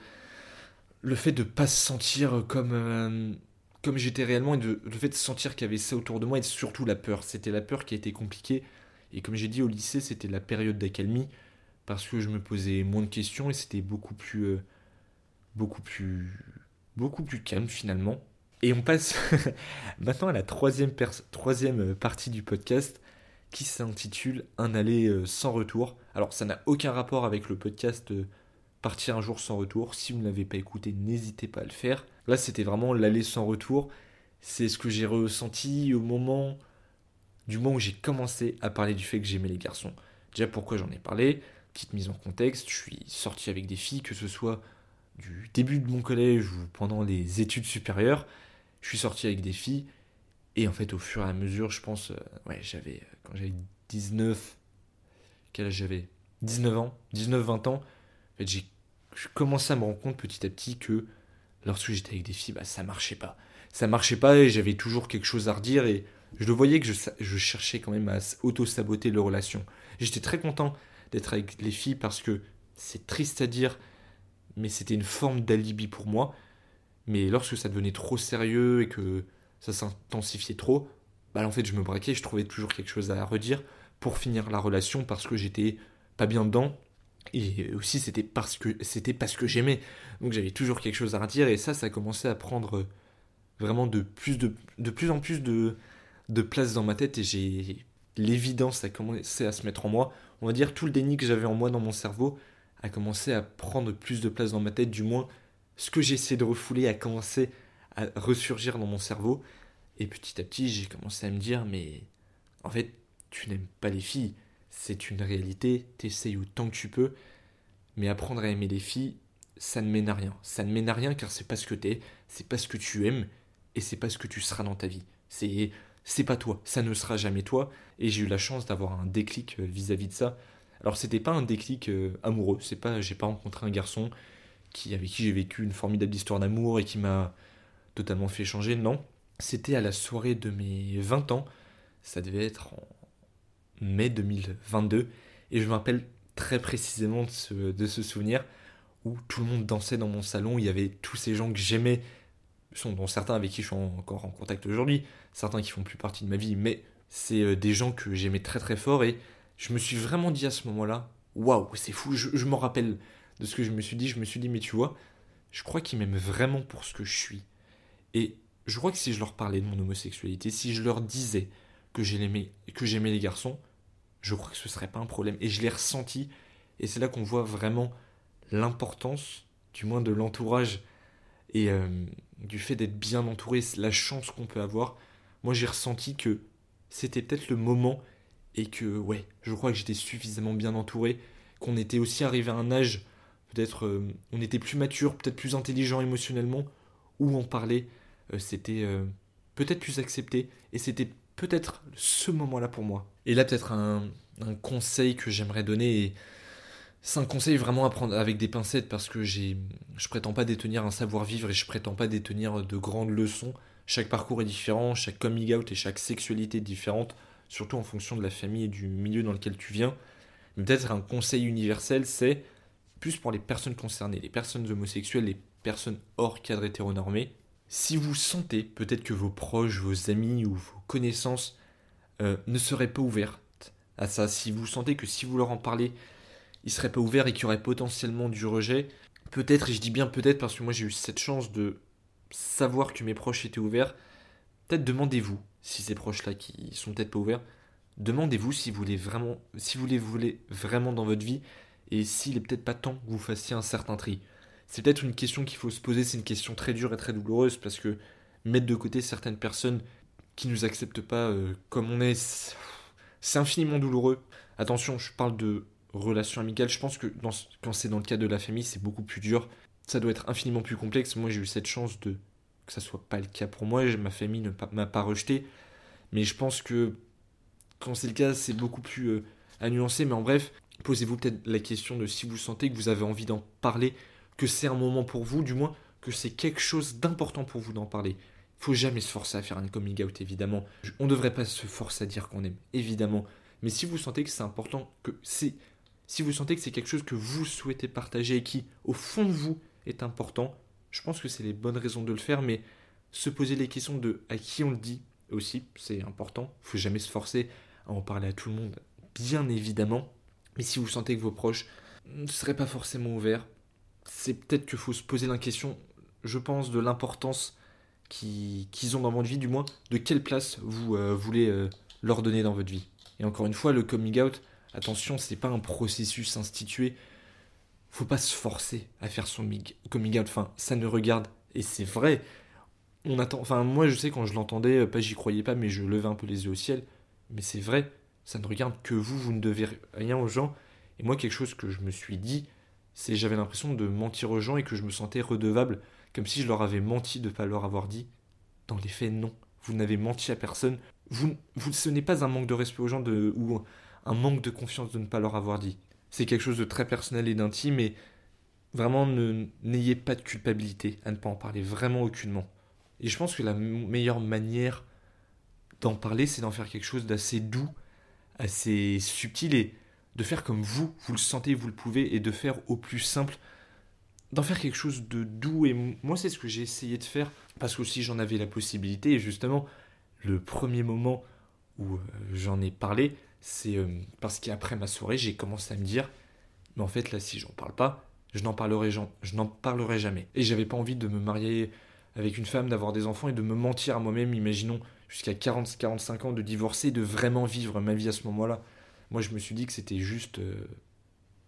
le fait de pas se sentir comme, euh, comme j'étais réellement, et de, le fait de sentir qu'il y avait ça autour de moi, et surtout la peur, c'était la peur qui a été compliquée, et comme j'ai dit au lycée, c'était la période d'accalmie, parce que je me posais moins de questions, et c'était beaucoup plus, euh, beaucoup plus, beaucoup plus calme finalement. Et on passe maintenant à la troisième, pers- troisième partie du podcast qui s'intitule Un aller euh, sans retour. Alors ça n'a aucun rapport avec le podcast euh, Partir un jour sans retour. Si vous ne l'avez pas écouté, n'hésitez pas à le faire. Là c'était vraiment l'aller sans retour. C'est ce que j'ai ressenti au moment du moment où j'ai commencé à parler du fait que j'aimais les garçons. Déjà pourquoi j'en ai parlé, petite mise en contexte, je suis sorti avec des filles, que ce soit du début de mon collège ou pendant les études supérieures, je suis sorti avec des filles et en fait au fur et à mesure je pense, euh, ouais j'avais, quand j'avais dix-neuf, quel âge j'avais dix-neuf ans, dix-neuf vingt ans, en fait j'ai je commençais à me rendre compte petit à petit que lorsque j'étais avec des filles, bah ça marchait pas. Ça marchait pas et j'avais toujours quelque chose à redire et je le voyais que je, je cherchais quand même à auto-saboter leur relation. J'étais très content d'être avec les filles parce que c'est triste à dire, mais c'était une forme d'alibi pour moi. Mais lorsque ça devenait trop sérieux et que ça s'intensifiait trop, bah en fait je me braquais, je trouvais toujours quelque chose à redire pour finir la relation parce que j'étais pas bien dedans. Et aussi c'était parce que c'était parce que j'aimais. Donc j'avais toujours quelque chose à redire et ça, ça a commencé à prendre vraiment de plus, de, de plus en plus de, de place dans ma tête et j'ai l'évidence a commencé à se mettre en moi. On va dire tout le déni que j'avais en moi dans mon cerveau a commencé à prendre plus de place dans ma tête, du moins ce que j'essaie de refouler a commencé à ressurgir dans mon cerveau. Et petit à petit, j'ai commencé à me dire, mais en fait, tu n'aimes pas les filles, c'est une réalité, t'essayes autant que tu peux, mais apprendre à aimer les filles, ça ne mène à rien. Ça ne mène à rien car c'est pas ce que t'es, c'est pas ce que tu aimes, et c'est pas ce que tu seras dans ta vie. C'est, c'est pas toi, ça ne sera jamais toi, et j'ai eu la chance d'avoir un déclic euh, vis-à-vis de ça. Alors c'était pas un déclic euh, amoureux, c'est pas, j'ai pas rencontré un garçon qui, avec qui j'ai vécu une formidable histoire d'amour et qui m'a totalement fait changer, non. C'était à la soirée de mes vingt ans, ça devait être en mai deux mille vingt-deux, et je me rappelle très précisément de ce, de ce souvenir où tout le monde dansait dans mon salon, il y avait tous ces gens que j'aimais, dont certains avec qui je suis encore en contact aujourd'hui, certains qui font plus partie de ma vie, mais c'est euh, des gens que j'aimais très très fort, et je me suis vraiment dit à ce moment-là, waouh, c'est fou, je, je m'en rappelle de ce que je me suis dit, je me suis dit, mais tu vois, je crois qu'ils m'aiment vraiment pour ce que je suis. Et je crois que si je leur parlais de mon homosexualité, si je leur disais que j'aimais, que j'aimais les garçons, je crois que ce serait pas un problème. Et je l'ai ressenti, et c'est là qu'on voit vraiment l'importance, du moins de l'entourage, et euh, du fait d'être bien entouré, la chance qu'on peut avoir. Moi j'ai ressenti que c'était peut-être le moment, et que ouais, je crois que j'étais suffisamment bien entouré, qu'on était aussi arrivé à un âge, peut-être euh, on était plus mature, peut-être plus intelligent émotionnellement, où on parlait, euh, c'était euh, peut-être plus accepté, et c'était peut-être ce moment-là pour moi. Et là peut-être un, un conseil que j'aimerais donner, et c'est un conseil vraiment à prendre avec des pincettes parce que j'ai, je prétends pas détenir un savoir-vivre et je prétends pas détenir de grandes leçons. Chaque parcours est différent, chaque coming out et chaque sexualité est différente, surtout en fonction de la famille et du milieu dans lequel tu viens. Mais peut-être un conseil universel, c'est plus pour les personnes concernées, les personnes homosexuelles, les personnes hors cadre hétéronormé. Si vous sentez peut-être que vos proches, vos amis ou vos connaissances euh, ne seraient pas ouvertes à ça, si vous sentez que si vous leur en parlez, ils seraient pas ouverts et qu'il y aurait potentiellement du rejet, peut-être, et je dis bien peut-être parce que moi j'ai eu cette chance de savoir que mes proches étaient ouverts, peut-être demandez-vous, si ces proches-là qui sont peut-être pas ouverts, demandez-vous si vous voulez vraiment, si vous les voulez vraiment dans votre vie, et s'il est peut-être pas temps que vous fassiez un certain tri. C'est peut-être une question qu'il faut se poser, c'est une question très dure et très douloureuse, parce que mettre de côté certaines personnes qui nous acceptent pas euh, comme on est, c'est infiniment douloureux. Attention, je parle de relations amicales, je pense que dans, quand c'est dans le cadre de la famille, c'est beaucoup plus dur. Ça doit être infiniment plus complexe. Moi, j'ai eu cette chance de que ça soit pas le cas pour moi. Ma famille ne m'a pas rejeté, mais je pense que quand c'est le cas, c'est beaucoup plus euh, à nuancer. Mais en bref, posez-vous peut-être la question de si vous sentez que vous avez envie d'en parler, que c'est un moment pour vous, du moins que c'est quelque chose d'important pour vous d'en parler. Il faut jamais se forcer à faire un coming out, évidemment. On ne devrait pas se forcer à dire qu'on aime, évidemment. Mais si vous sentez que c'est important, que c'est, si vous sentez que c'est quelque chose que vous souhaitez partager et qui, au fond de vous, est important, je pense que c'est les bonnes raisons de le faire, mais se poser les questions de à qui on le dit aussi, c'est important. Il ne faut jamais se forcer à en parler à tout le monde, bien évidemment. Mais si vous sentez que vos proches ne seraient pas forcément ouverts, c'est peut-être qu'il faut se poser la question, je pense, de l'importance qu'ils, qu'ils ont dans votre vie, du moins, de quelle place vous euh, voulez euh, leur donner dans votre vie. Et encore une fois, le coming out, attention, c'est pas un processus institué. Faut pas se forcer à faire son coming out. Enfin, ça ne regarde. Et c'est vrai. On attend. Enfin, moi, je sais quand je l'entendais, pas j'y croyais pas, mais je levais un peu les yeux au ciel. Mais c'est vrai. Ça ne regarde que vous. Vous ne devez rien aux gens. Et moi, quelque chose que je me suis dit, c'est j'avais l'impression de mentir aux gens et que je me sentais redevable, comme si je leur avais menti de ne pas leur avoir dit. Dans les faits, non. Vous n'avez menti à personne. Vous, vous, ce n'est pas un manque de respect aux gens de, ou un manque de confiance de ne pas leur avoir dit. C'est quelque chose de très personnel et d'intime, et vraiment ne, n'ayez pas de culpabilité à ne pas en parler, vraiment aucunement. Et je pense que la meilleure manière d'en parler, c'est d'en faire quelque chose d'assez doux, assez subtil, et de faire comme vous, vous le sentez, vous le pouvez, et de faire au plus simple, d'en faire quelque chose de doux. Et moi, c'est ce que j'ai essayé de faire, parce que aussi j'en avais la possibilité, et justement, le premier moment où euh, j'en ai parlé, c'est euh, parce qu'après ma soirée, j'ai commencé à me dire, mais en fait là, si j'en parle pas, je n'en parlerai, je n'en parlerai jamais. Et j'avais pas envie de me marier avec une femme, d'avoir des enfants et de me mentir à moi-même, imaginons jusqu'à quarante à quarante-cinq ans, de divorcer, de vraiment vivre ma vie à ce moment-là. Moi, je me suis dit que c'était juste, euh,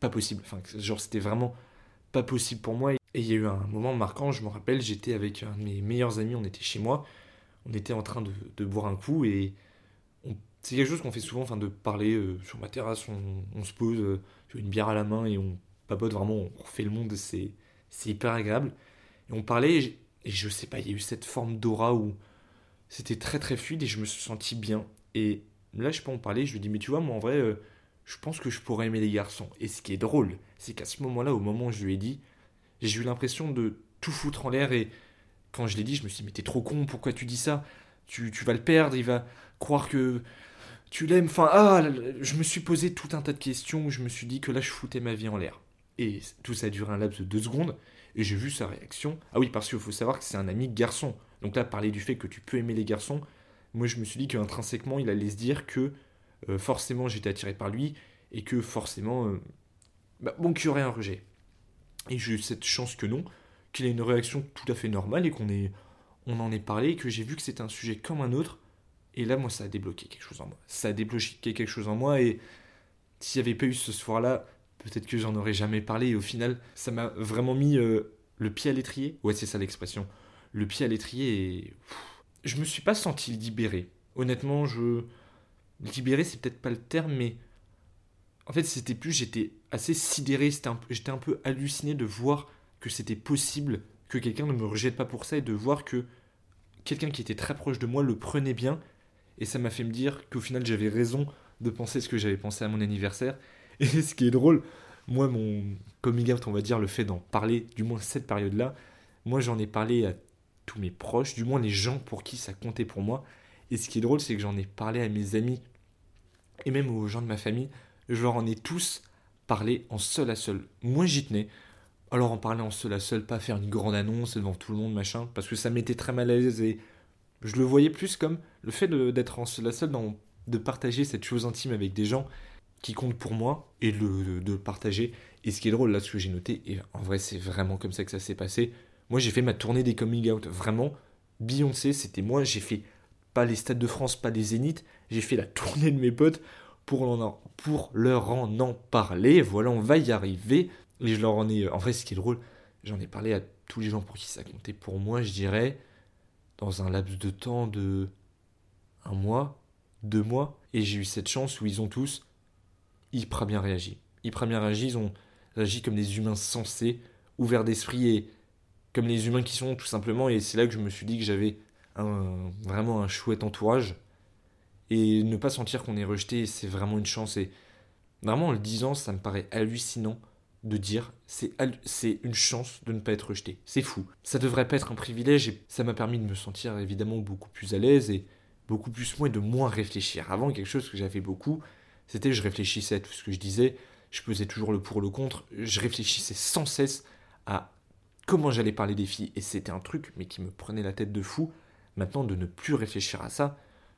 pas possible. Enfin, genre, c'était vraiment pas possible pour moi. Et il y a eu un moment marquant, je me rappelle, j'étais avec un de mes meilleurs amis, on était chez moi, on était en train de, de boire un coup et on- c'est quelque chose qu'on fait souvent, enfin, de parler euh, sur ma terrasse, on, on se pose, euh, une bière à la main et on papote vraiment, on refait le monde, c'est, c'est hyper agréable. Et on parlait, et, j- et je sais pas, il y a eu cette forme d'aura où c'était très très fluide et je me suis senti bien. Et là, je peux en parler, je lui dis, mais tu vois, moi en vrai, euh, je pense que je pourrais aimer les garçons. Et ce qui est drôle, c'est qu'à ce moment-là, au moment où je lui ai dit, j'ai eu l'impression de tout foutre en l'air et quand je l'ai dit, je me suis dit, mais t'es trop con, pourquoi tu dis ça tu, tu vas le perdre, il va croire que tu l'aimes. Enfin, ah, je me suis posé tout un tas de questions où je me suis dit que là, je foutais ma vie en l'air. Et tout ça a duré un laps de deux secondes et j'ai vu sa réaction. Ah oui, parce qu'il faut savoir que c'est un ami garçon. Donc là, parler du fait que tu peux aimer les garçons, moi je me suis dit qu'intrinsèquement, il allait se dire que euh, forcément j'étais attiré par lui et que forcément, euh, bah, bon, qu'il y aurait un rejet. Et j'ai eu cette chance que non, qu'il ait une réaction tout à fait normale et qu'on ait, on en ait parlé et que j'ai vu que c'était un sujet comme un autre. Et là, moi, ça a débloqué quelque chose en moi. Ça a débloqué quelque chose en moi et s'il n'y avait pas eu ce soir-là, peut-être que j'en aurais jamais parlé. Et au final, ça m'a vraiment mis euh, le pied à l'étrier. Ouais, c'est ça l'expression. Le pied à l'étrier et je me suis pas senti libéré. Honnêtement, je libéré, c'est peut-être pas le terme, mais en fait, c'était plus, j'étais assez sidéré, c'était un peu- j'étais un peu halluciné de voir que c'était possible que quelqu'un ne me rejette pas pour ça et de voir que quelqu'un qui était très proche de moi le prenait bien. Et ça m'a fait me dire qu'au final, j'avais raison de penser ce que j'avais pensé à mon anniversaire. Et ce qui est drôle, moi, mon coming out, on va dire, le fait d'en parler, du moins cette période-là, moi, j'en ai parlé à tous mes proches, du moins les gens pour qui ça comptait pour moi. Et ce qui est drôle, c'est que j'en ai parlé à mes amis et même aux gens de ma famille. Je leur en ai tous parlé en seul à seul. Moi, j'y tenais. Alors, en parler en seul à seul, pas faire une grande annonce devant tout le monde, machin, parce que ça m'était très mal à l'aise et je le voyais plus comme le fait de- d'être en seul à seul, dans, de partager cette chose intime avec des gens qui comptent pour moi et de, de, de le partager. Et ce qui est drôle, là, ce que j'ai noté, et en vrai, c'est vraiment comme ça que ça s'est passé. Moi, j'ai fait ma tournée des coming out. Vraiment, Beyoncé, c'était moi. J'ai fait pas les Stades de France, pas les Zéniths. J'ai fait la tournée de mes potes pour, en, pour leur en, en parler. Voilà, on va y arriver. Et je leur en ai. En vrai, ce qui est drôle, j'en ai parlé à tous les gens pour qui ça comptait pour moi, je dirais, dans un laps de temps de un mois, deux mois. Et j'ai eu cette chance où ils ont tous hyper bien réagi. Hyper bien réagi, ils ont réagi comme des humains sensés, ouverts d'esprit et comme les humains qui sont tout simplement. Et c'est là que je me suis dit que j'avais un, vraiment un chouette entourage. Et ne pas sentir qu'on est rejeté, c'est vraiment une chance. Et vraiment en le disant, ça me paraît hallucinant de dire c'est hallu- c'est une chance de ne pas être rejeté. C'est fou. Ça devrait pas être un privilège et ça m'a permis de me sentir évidemment beaucoup plus à l'aise et beaucoup plus moi et de moins réfléchir. Avant, quelque chose que j'avais beaucoup, c'était je réfléchissais à tout ce que je disais, je pesais toujours le pour le contre, je réfléchissais sans cesse à comment j'allais parler des filles et c'était un truc mais qui me prenait la tête de fou. Maintenant de ne plus réfléchir à ça,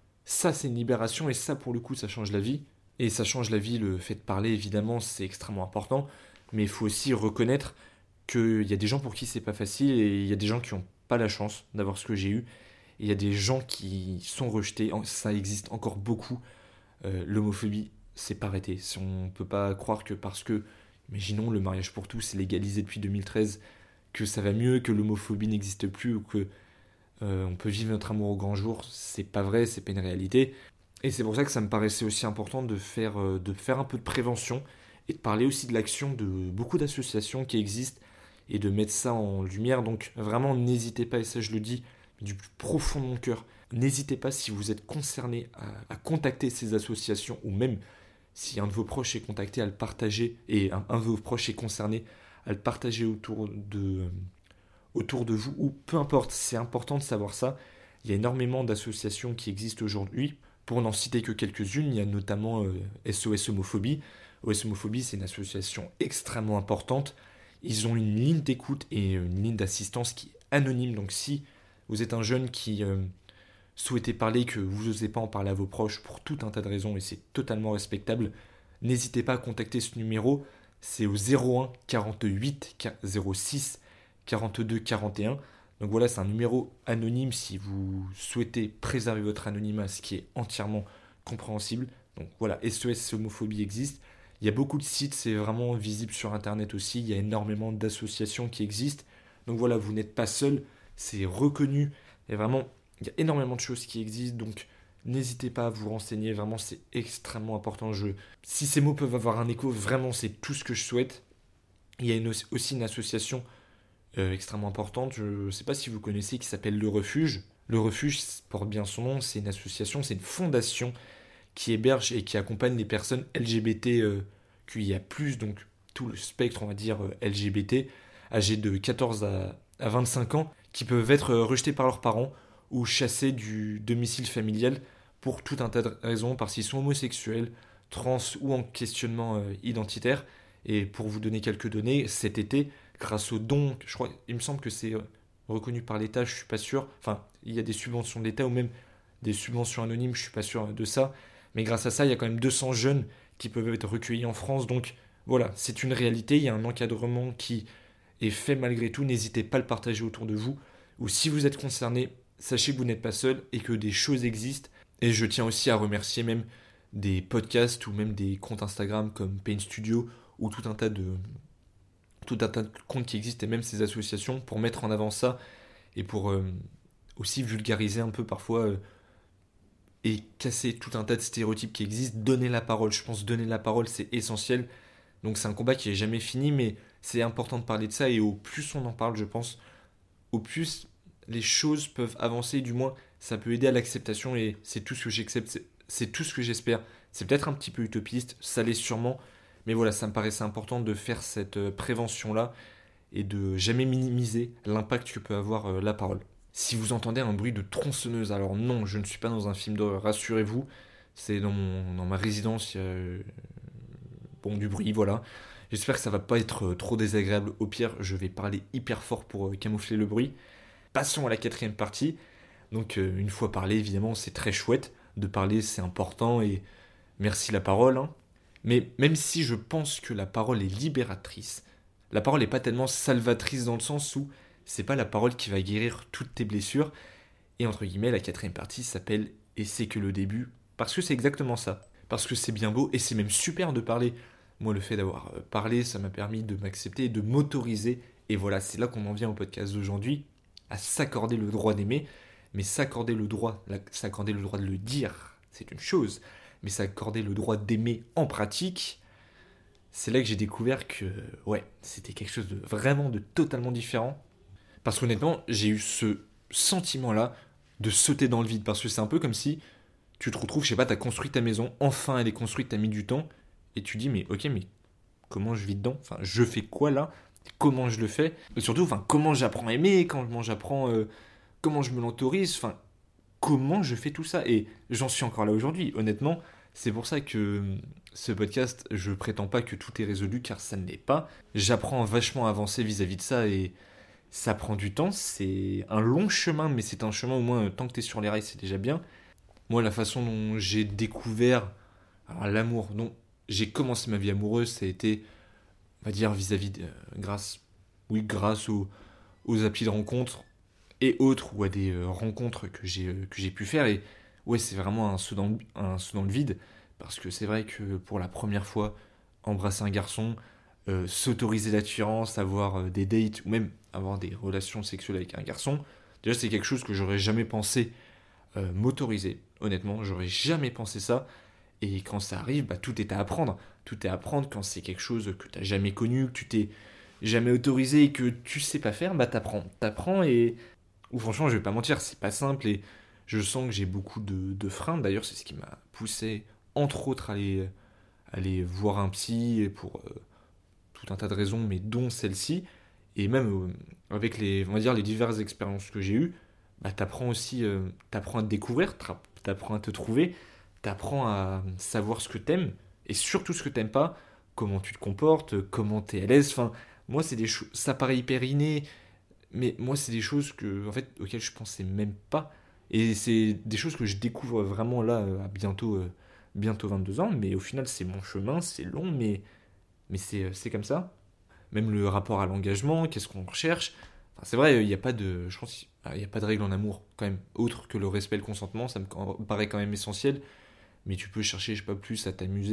ça c'est une libération et ça pour le coup ça change la vie. Et ça change la vie, le fait de parler évidemment c'est extrêmement important, mais il faut aussi reconnaître qu'il y a des gens pour qui c'est pas facile et il y a des gens qui n'ont pas la chance d'avoir ce que j'ai eu. Et il y a des gens qui sont rejetés, ça existe encore beaucoup. Euh, l'homophobie, c'est pas arrêté. On peut pas croire que parce que, imaginons, le mariage pour tous est légalisé depuis deux mille treize, que ça va mieux, que l'homophobie n'existe plus ou que euh, on peut vivre notre amour au grand jour. C'est pas vrai, c'est pas une réalité. Et c'est pour ça que ça me paraissait aussi important de faire, euh, de faire un peu de prévention et de parler aussi de l'action de beaucoup d'associations qui existent et de mettre ça en lumière. Donc vraiment, n'hésitez pas, et ça je le dis du plus profond de mon cœur, n'hésitez pas si vous êtes concerné à, à contacter ces associations ou même si un de vos proches est contacté à le partager et un, un de vos proches est concerné à le partager autour de, autour de vous ou peu importe, c'est important de savoir ça. Il y a énormément d'associations qui existent aujourd'hui. Pour n'en citer que quelques-unes, il y a notamment euh, S O S Homophobie. O S Homophobie, c'est une association extrêmement importante. Ils ont une ligne d'écoute et une ligne d'assistance qui est anonyme. Donc si vous êtes un jeune qui euh, souhaitait parler, que vous n'osez pas en parler à vos proches pour tout un tas de raisons, et c'est totalement respectable, n'hésitez pas à contacter ce numéro. C'est au zéro un quarante-huit zéro six quarante-deux quarante et un. Donc voilà, c'est un numéro anonyme si vous souhaitez préserver votre anonymat, ce qui est entièrement compréhensible. Donc voilà, S O S Homophobie existe. Il y a beaucoup de sites, c'est vraiment visible sur Internet aussi. Il y a énormément d'associations qui existent. Donc voilà, vous n'êtes pas seul, c'est reconnu. Et vraiment, il y a énormément de choses qui existent. Donc n'hésitez pas à vous renseigner. Vraiment, c'est extrêmement important. Je... Si ces mots peuvent avoir un écho, vraiment, c'est tout ce que je souhaite. Il y a une, aussi une association euh, extrêmement importante, je ne sais pas si vous connaissez, qui s'appelle Le Refuge. Le Refuge porte bien son nom, c'est une association, c'est une fondation qui héberge et qui accompagne les personnes L G B T Q I A plus, donc tout le spectre, on va dire, L G B T, âgés de quatorze à, à vingt-cinq ans, qui peuvent être rejetés par leurs parents ou chassés du domicile familial pour tout un tas de raisons, parce qu'ils sont homosexuels, trans ou en questionnement euh, identitaire. Et pour vous donner quelques données, cet été, grâce aux dons, je crois, il me semble que c'est reconnu par l'État, je suis pas sûr. Enfin, il y a des subventions de l'État ou même des subventions anonymes, je suis pas sûr de ça. Mais grâce à ça, il y a quand même deux cents jeunes qui peuvent être recueillis en France. Donc voilà, c'est une réalité. Il y a un encadrement qui est fait malgré tout. N'hésitez pas à le partager autour de vous. Ou si vous êtes concerné, sachez que vous n'êtes pas seul et que des choses existent. Et je tiens aussi à remercier même des podcasts ou même des comptes Instagram comme Pain Studio ou tout un tas de tout un tas de comptes qui existent et même ces associations pour mettre en avant ça et pour euh, aussi vulgariser un peu parfois euh, et casser tout un tas de stéréotypes qui existent, donner la parole. Je pense donner la parole, c'est essentiel. Donc c'est un combat qui est jamais fini, mais c'est important de parler de ça et au plus on en parle, je pense, au plus les choses peuvent avancer, du moins ça peut aider à l'acceptation et c'est tout ce que j'accepte, c'est, c'est tout ce que j'espère. C'est peut-être un petit peu utopiste, ça l'est sûrement, mais voilà, ça me paraissait important de faire cette euh, prévention-là et de jamais minimiser l'impact que peut avoir euh, la parole. Si vous entendez un bruit de tronçonneuse, alors non, je ne suis pas dans un film d'horreur, rassurez-vous, c'est dans, mon, dans ma résidence, il y a euh, bon, du bruit, voilà. J'espère que ça va pas être euh, trop désagréable, au pire, je vais parler hyper fort pour euh, camoufler le bruit. Passons à la quatrième partie. Donc euh, une fois parlé, évidemment, c'est très chouette de parler, c'est important et merci la parole, hein. Mais même si je pense que la parole est libératrice, la parole n'est pas tellement salvatrice dans le sens où c'est pas la parole qui va guérir toutes tes blessures. Et entre guillemets, la quatrième partie s'appelle Et c'est que le début, parce que c'est exactement ça. Parce que c'est bien beau et c'est même super de parler. Moi, le fait d'avoir parlé, ça m'a permis de m'accepter et de m'autoriser. Et voilà, c'est là qu'on en vient au podcast d'aujourd'hui, à s'accorder le droit d'aimer, mais s'accorder le droit, s'accorder le droit de le dire, c'est une chose. Mais s'accorder le droit d'aimer en pratique, c'est là que j'ai découvert que, ouais, c'était quelque chose de vraiment de totalement différent. Parce qu'honnêtement, j'ai eu ce sentiment-là de sauter dans le vide. Parce que c'est un peu comme si tu te retrouves, je sais pas, t'as construit ta maison, enfin elle est construite, t'as mis du temps, et tu dis, mais ok, mais comment je vis dedans? Enfin, je fais quoi là? Comment je le fais? Et surtout, enfin, comment j'apprends à aimer? Comment j'apprends, euh, comment je me l'autorise? Enfin, comment je fais tout ça? Et j'en suis encore là aujourd'hui. Honnêtement, c'est pour ça que ce podcast, je prétends pas que tout est résolu, car ça ne l'est pas. J'apprends vachement à avancer vis-à-vis de ça, et ça prend du temps. C'est un long chemin, mais c'est un chemin au moins, tant que tu es sur les rails, c'est déjà bien. Moi, la façon dont j'ai découvert alors, l'amour, dont j'ai commencé ma vie amoureuse, ça a été, on va dire, vis-à-vis de, euh, grâce, oui, grâce aux, aux applis de rencontres et autres, ou à des euh, rencontres que j'ai, euh, que j'ai pu faire. Et ouais, c'est vraiment un saut, dans le, un saut dans le vide, parce que c'est vrai que pour la première fois, embrasser un garçon, euh, s'autoriser l'attirance, avoir euh, des dates, ou même avoir des relations sexuelles avec un garçon, déjà c'est quelque chose que j'aurais jamais pensé euh, m'autoriser. Honnêtement, j'aurais jamais pensé ça. Et quand ça arrive, bah, tout est à apprendre. Tout est à apprendre quand c'est quelque chose que tu n'as jamais connu, que tu t'es jamais autorisé et que tu sais pas faire, bah t'apprends. T'apprends et... Ou franchement, je vais pas mentir, c'est pas simple et je sens que j'ai beaucoup de, de freins. D'ailleurs, c'est ce qui m'a poussé, entre autres, à aller, à aller voir un psy pour euh, tout un tas de raisons, mais dont celle-ci. Et même euh, avec les, on va dire, les diverses expériences que j'ai eues, bah, t'apprends aussi, euh, t'apprends à te découvrir, t'apprends à te trouver, t'apprends à savoir ce que t'aimes et surtout ce que t'aimes pas, comment tu te comportes, comment t'es à l'aise. Enfin, moi, c'est des choses, ça paraît hyper inné, mais moi, c'est des choses que, en fait, auxquelles je pensais même pas. Et c'est des choses que je découvre vraiment là, euh, à bientôt, euh, bientôt vingt-deux ans. Mais au final, c'est mon chemin, c'est long, mais, mais c'est, c'est comme ça. Même le rapport à l'engagement, qu'est-ce qu'on recherche. Enfin, c'est vrai, il n'y a pas de, je pense, il n'y a pas de règle en amour, quand même, autre que le respect et le consentement. Ça me paraît quand même essentiel. Mais tu peux chercher, je sais pas, plus à t'amuser,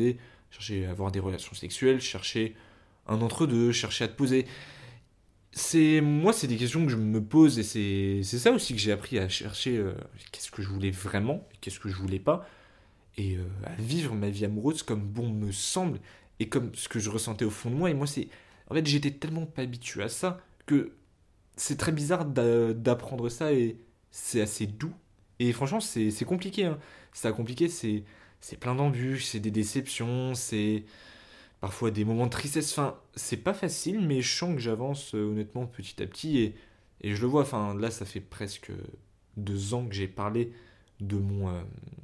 je cherchais à avoir des relations sexuelles, je cherchais un entre-deux, je cherchais à te poser. C'est, moi, c'est des questions que je me pose et c'est, c'est ça aussi que j'ai appris à chercher euh, qu'est-ce que je voulais vraiment et qu'est-ce que je voulais pas et euh, à vivre ma vie amoureuse comme bon me semble et comme ce que je ressentais au fond de moi. Et moi, c'est, en fait, j'étais tellement pas habitué à ça que c'est très bizarre d'a- d'apprendre ça et c'est assez doux. Et franchement, c'est, c'est compliqué, hein. C'est compliqué, c'est, c'est plein d'embûches, c'est des déceptions, c'est parfois des moments de tristesse. Enfin, c'est pas facile, mais je sens que j'avance euh, honnêtement petit à petit et, et je le vois. Enfin, là, ça fait presque deux ans que j'ai parlé de mon. Euh,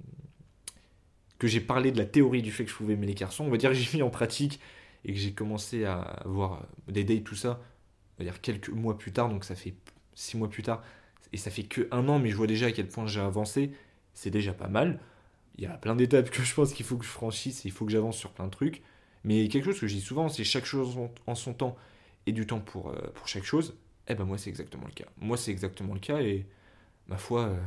que j'ai parlé de la théorie du fait que je pouvais aimer les garçons. On va dire que j'ai mis en pratique et que j'ai commencé à avoir des dates, tout ça. On va dire quelques mois plus tard, donc ça fait six mois plus tard. Et ça fait que un an, mais je vois déjà à quel point j'ai avancé. C'est déjà pas mal. Il y a plein d'étapes que je pense qu'il faut que je franchisse et il faut que j'avance sur plein de trucs. Mais quelque chose que je dis souvent, c'est chaque chose en- en son temps et du temps pour, euh, pour chaque chose. Eh ben moi c'est exactement le cas. Moi c'est exactement le cas et ma foi, euh,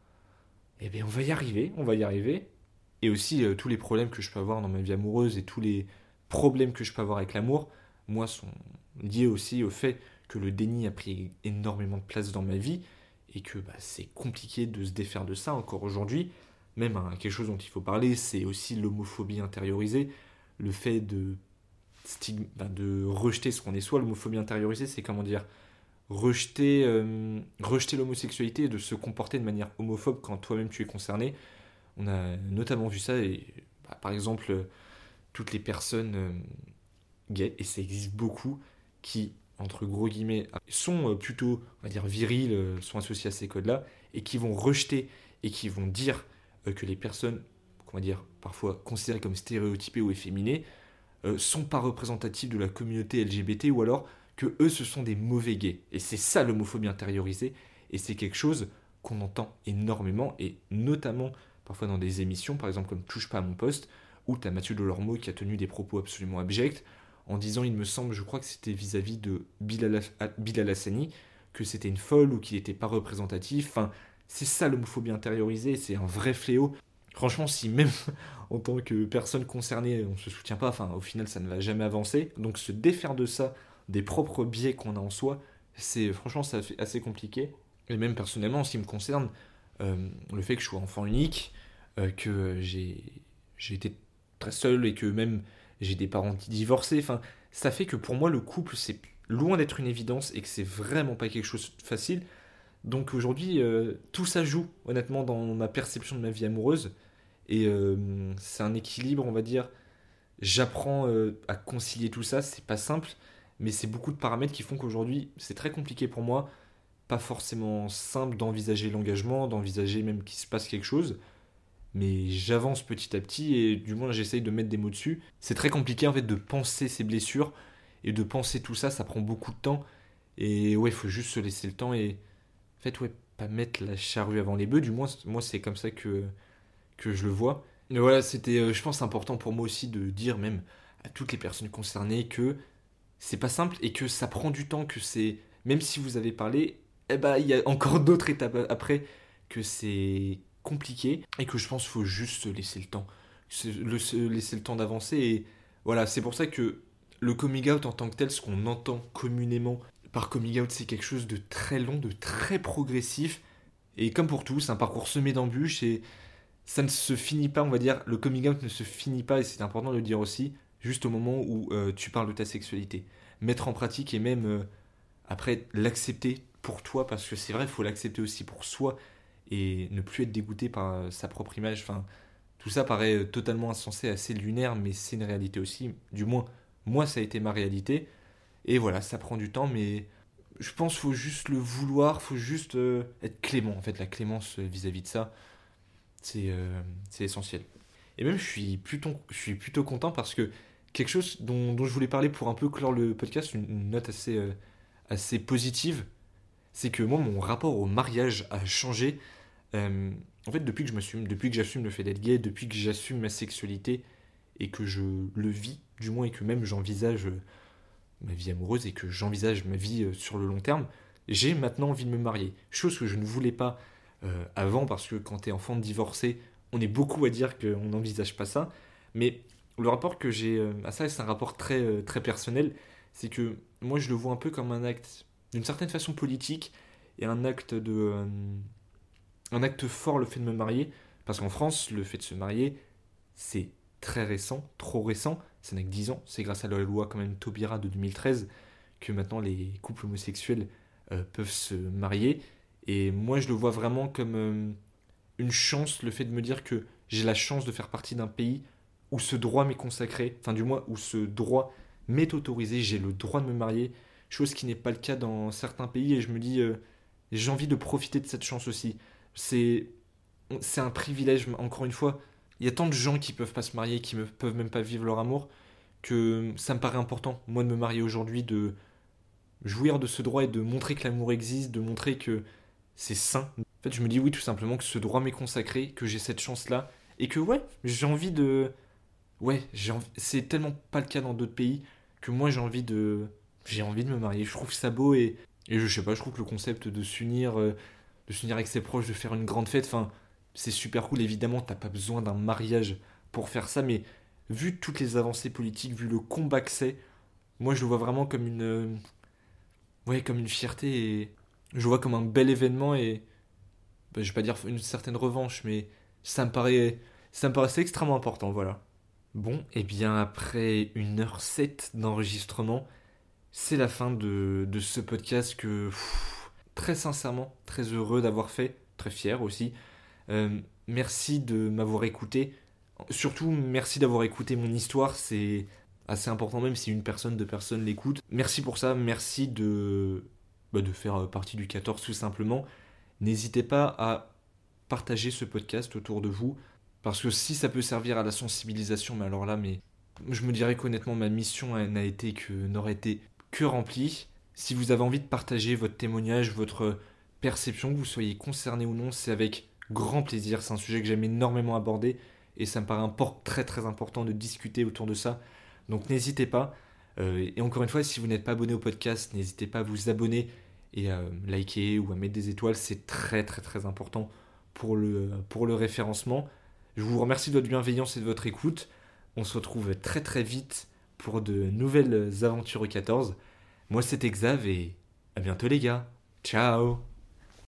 eh ben on va y arriver, on va y arriver. Et aussi euh, tous les problèmes que je peux avoir dans ma vie amoureuse et tous les problèmes que je peux avoir avec l'amour, moi sont liés aussi au fait que le déni a pris énormément de place dans ma vie et que bah, c'est compliqué de se défaire de ça encore aujourd'hui. Même hein, quelque chose dont il faut parler, c'est aussi l'homophobie intériorisée, le fait de, stigm- ben, de rejeter ce qu'on est soi. L'homophobie intériorisée, c'est comment dire rejeter, euh, rejeter l'homosexualité et de se comporter de manière homophobe quand toi-même tu es concerné. On a notamment vu ça, et bah, par exemple, euh, toutes les personnes euh, gays, et ça existe beaucoup, qui, entre gros guillemets, sont euh, plutôt, on va dire, virils, euh, sont associés à ces codes-là, et qui vont rejeter et qui vont dire euh, que les personnes, on va dire, parfois considérées comme stéréotypées ou efféminées, euh, sont pas représentatives de la communauté L G B T, ou alors que eux, ce sont des mauvais gays. Et c'est ça l'homophobie intériorisée, et c'est quelque chose qu'on entend énormément, et notamment parfois dans des émissions, par exemple comme Touche pas à mon poste, où tu as Mathieu Delormeau qui a tenu des propos absolument abjects, en disant, il me semble, je crois que c'était vis-à-vis de Bilal, Bilal Hassani, que c'était une folle ou qu'il n'était pas représentatif. Enfin, c'est ça l'homophobie intériorisée, c'est un vrai fléau. Franchement, si même en tant que personne concernée, on ne se soutient pas, enfin, au final, ça ne va jamais avancer. Donc, se défaire de ça, des propres biais qu'on a en soi, c'est franchement, ça fait assez compliqué. Et même personnellement, en ce qui me concerne, euh, le fait que je sois enfant unique, euh, que j'ai j'ai été très seul et que même j'ai des parents divorcés, enfin, ça fait que pour moi, le couple, c'est loin d'être une évidence et que c'est vraiment pas quelque chose de facile. Donc aujourd'hui, euh, tout ça joue, honnêtement, dans ma perception de ma vie amoureuse. Et euh, c'est un équilibre, on va dire. J'apprends euh, à concilier tout ça, c'est pas simple, mais c'est beaucoup de paramètres qui font qu'aujourd'hui, c'est très compliqué pour moi, pas forcément simple d'envisager l'engagement, d'envisager même qu'il se passe quelque chose, mais j'avance petit à petit et du moins j'essaye de mettre des mots dessus. C'est très compliqué en fait de penser ces blessures et de penser tout ça, ça prend beaucoup de temps. Et ouais, il faut juste se laisser le temps et en fait, ouais, pas mettre la charrue avant les bœufs, du moins moi c'est comme ça que, que je le vois. Mais voilà, c'était, euh, je pense, important pour moi aussi de dire même à toutes les personnes concernées que c'est pas simple et que ça prend du temps, que c'est, même si vous avez parlé, eh ben, il y a encore d'autres étapes après, que c'est compliqué et que je pense qu'il faut juste se laisser le temps. Se, le, se laisser le temps d'avancer et voilà, c'est pour ça que le coming out en tant que tel, ce qu'on entend communément par coming out, c'est quelque chose de très long, de très progressif. Et comme pour tout, c'est un parcours semé d'embûches et ça ne se finit pas, on va dire, le coming out ne se finit pas, et c'est important de le dire aussi, juste au moment où euh, tu parles de ta sexualité. Mettre en pratique et même euh, après l'accepter pour toi, parce que c'est vrai, il faut l'accepter aussi pour soi et ne plus être dégoûté par euh, sa propre image. Enfin, tout ça paraît euh, totalement insensé, assez lunaire, mais c'est une réalité aussi. Du moins, moi, ça a été ma réalité. Et voilà, ça prend du temps, mais je pense qu'il faut juste le vouloir, il faut juste euh, être clément. En fait, la clémence euh, vis-à-vis de ça, c'est euh, c'est essentiel. Et même, je suis plutôt, je suis plutôt content parce que quelque chose dont, dont je voulais parler pour un peu clore le podcast, une, une note assez, euh, assez positive, c'est que moi, mon rapport au mariage a changé. Euh, en fait, depuis que je m'assume, depuis que j'assume le fait d'être gay, depuis que j'assume ma sexualité et que je le vis, du moins, et que même j'envisage euh, ma vie amoureuse et que j'envisage ma vie euh, sur le long terme, j'ai maintenant envie de me marier. Chose que je ne voulais pas euh, avant, parce que quand t'es enfant divorcé, on est beaucoup à dire qu'on n'envisage pas ça. Mais le rapport que j'ai euh, à ça, c'est un rapport très, euh, très personnel, c'est que moi je le vois un peu comme un acte d'une certaine façon politique et un acte de euh, un acte fort, le fait de me marier, parce qu'en France le fait de se marier c'est très récent, trop récent, ça n'a que dix ans, c'est grâce à la loi quand même Taubira de deux mille treize que maintenant les couples homosexuels euh, peuvent se marier, et moi je le vois vraiment comme euh, une chance, le fait de me dire que j'ai la chance de faire partie d'un pays où ce droit m'est consacré, enfin du moins où ce droit m'est autorisé, j'ai le droit de me marier, chose qui n'est pas le cas dans certains pays, et je me dis, euh, j'ai envie de profiter de cette chance aussi. C'est, c'est un privilège, encore une fois. Il y a tant de gens qui peuvent pas se marier, qui ne peuvent même pas vivre leur amour, que ça me paraît important, moi, de me marier aujourd'hui, de jouir de ce droit et de montrer que l'amour existe, de montrer que c'est sain. En fait, je me dis oui, tout simplement, que ce droit m'est consacré, que j'ai cette chance-là, et que ouais, j'ai envie de... Ouais, j'ai envie... c'est tellement pas le cas dans d'autres pays, que moi j'ai envie de... J'ai envie de me marier, je trouve ça beau, et, et je sais pas, je trouve que le concept de s'unir, euh, de s'unir avec ses proches, de faire une grande fête, enfin, c'est super cool, évidemment, t'as pas besoin d'un mariage pour faire ça, mais vu toutes les avancées politiques, vu le combat que c'est, moi je le vois vraiment comme une... euh, Ouais, comme une fierté, et je le vois comme un bel événement, et bah, je vais pas dire une certaine revanche, mais ça me paraît, ça me paraissait extrêmement important, voilà. Bon, et bien après une heure sept d'enregistrement, c'est la fin de, de ce podcast que, pff, très sincèrement, très heureux d'avoir fait, très fier aussi. Euh, Merci de m'avoir écouté. Surtout, merci d'avoir écouté mon histoire, c'est assez important même si une personne, deux personnes l'écoutent. Merci pour ça, merci de, bah, de faire partie du quatorze tout simplement. N'hésitez pas à partager ce podcast autour de vous, parce que si ça peut servir à la sensibilisation, mais alors là, mais je me dirais qu'honnêtement, ma mission elle, n'a été que, n'aurait été que remplie. Si vous avez envie de partager votre témoignage, votre perception, que vous soyez concerné ou non, c'est avec grand plaisir. C'est un sujet que j'aime énormément aborder, et ça me paraît import- très très important de discuter autour de ça. Donc n'hésitez pas. Euh, et encore une fois, si vous n'êtes pas abonné au podcast, n'hésitez pas à vous abonner et à liker ou à mettre des étoiles. C'est très très très important pour le, pour le référencement. Je vous remercie de votre bienveillance et de votre écoute. On se retrouve très très vite pour de nouvelles aventures au quatorze. Moi c'était Xav, et à bientôt les gars. Ciao.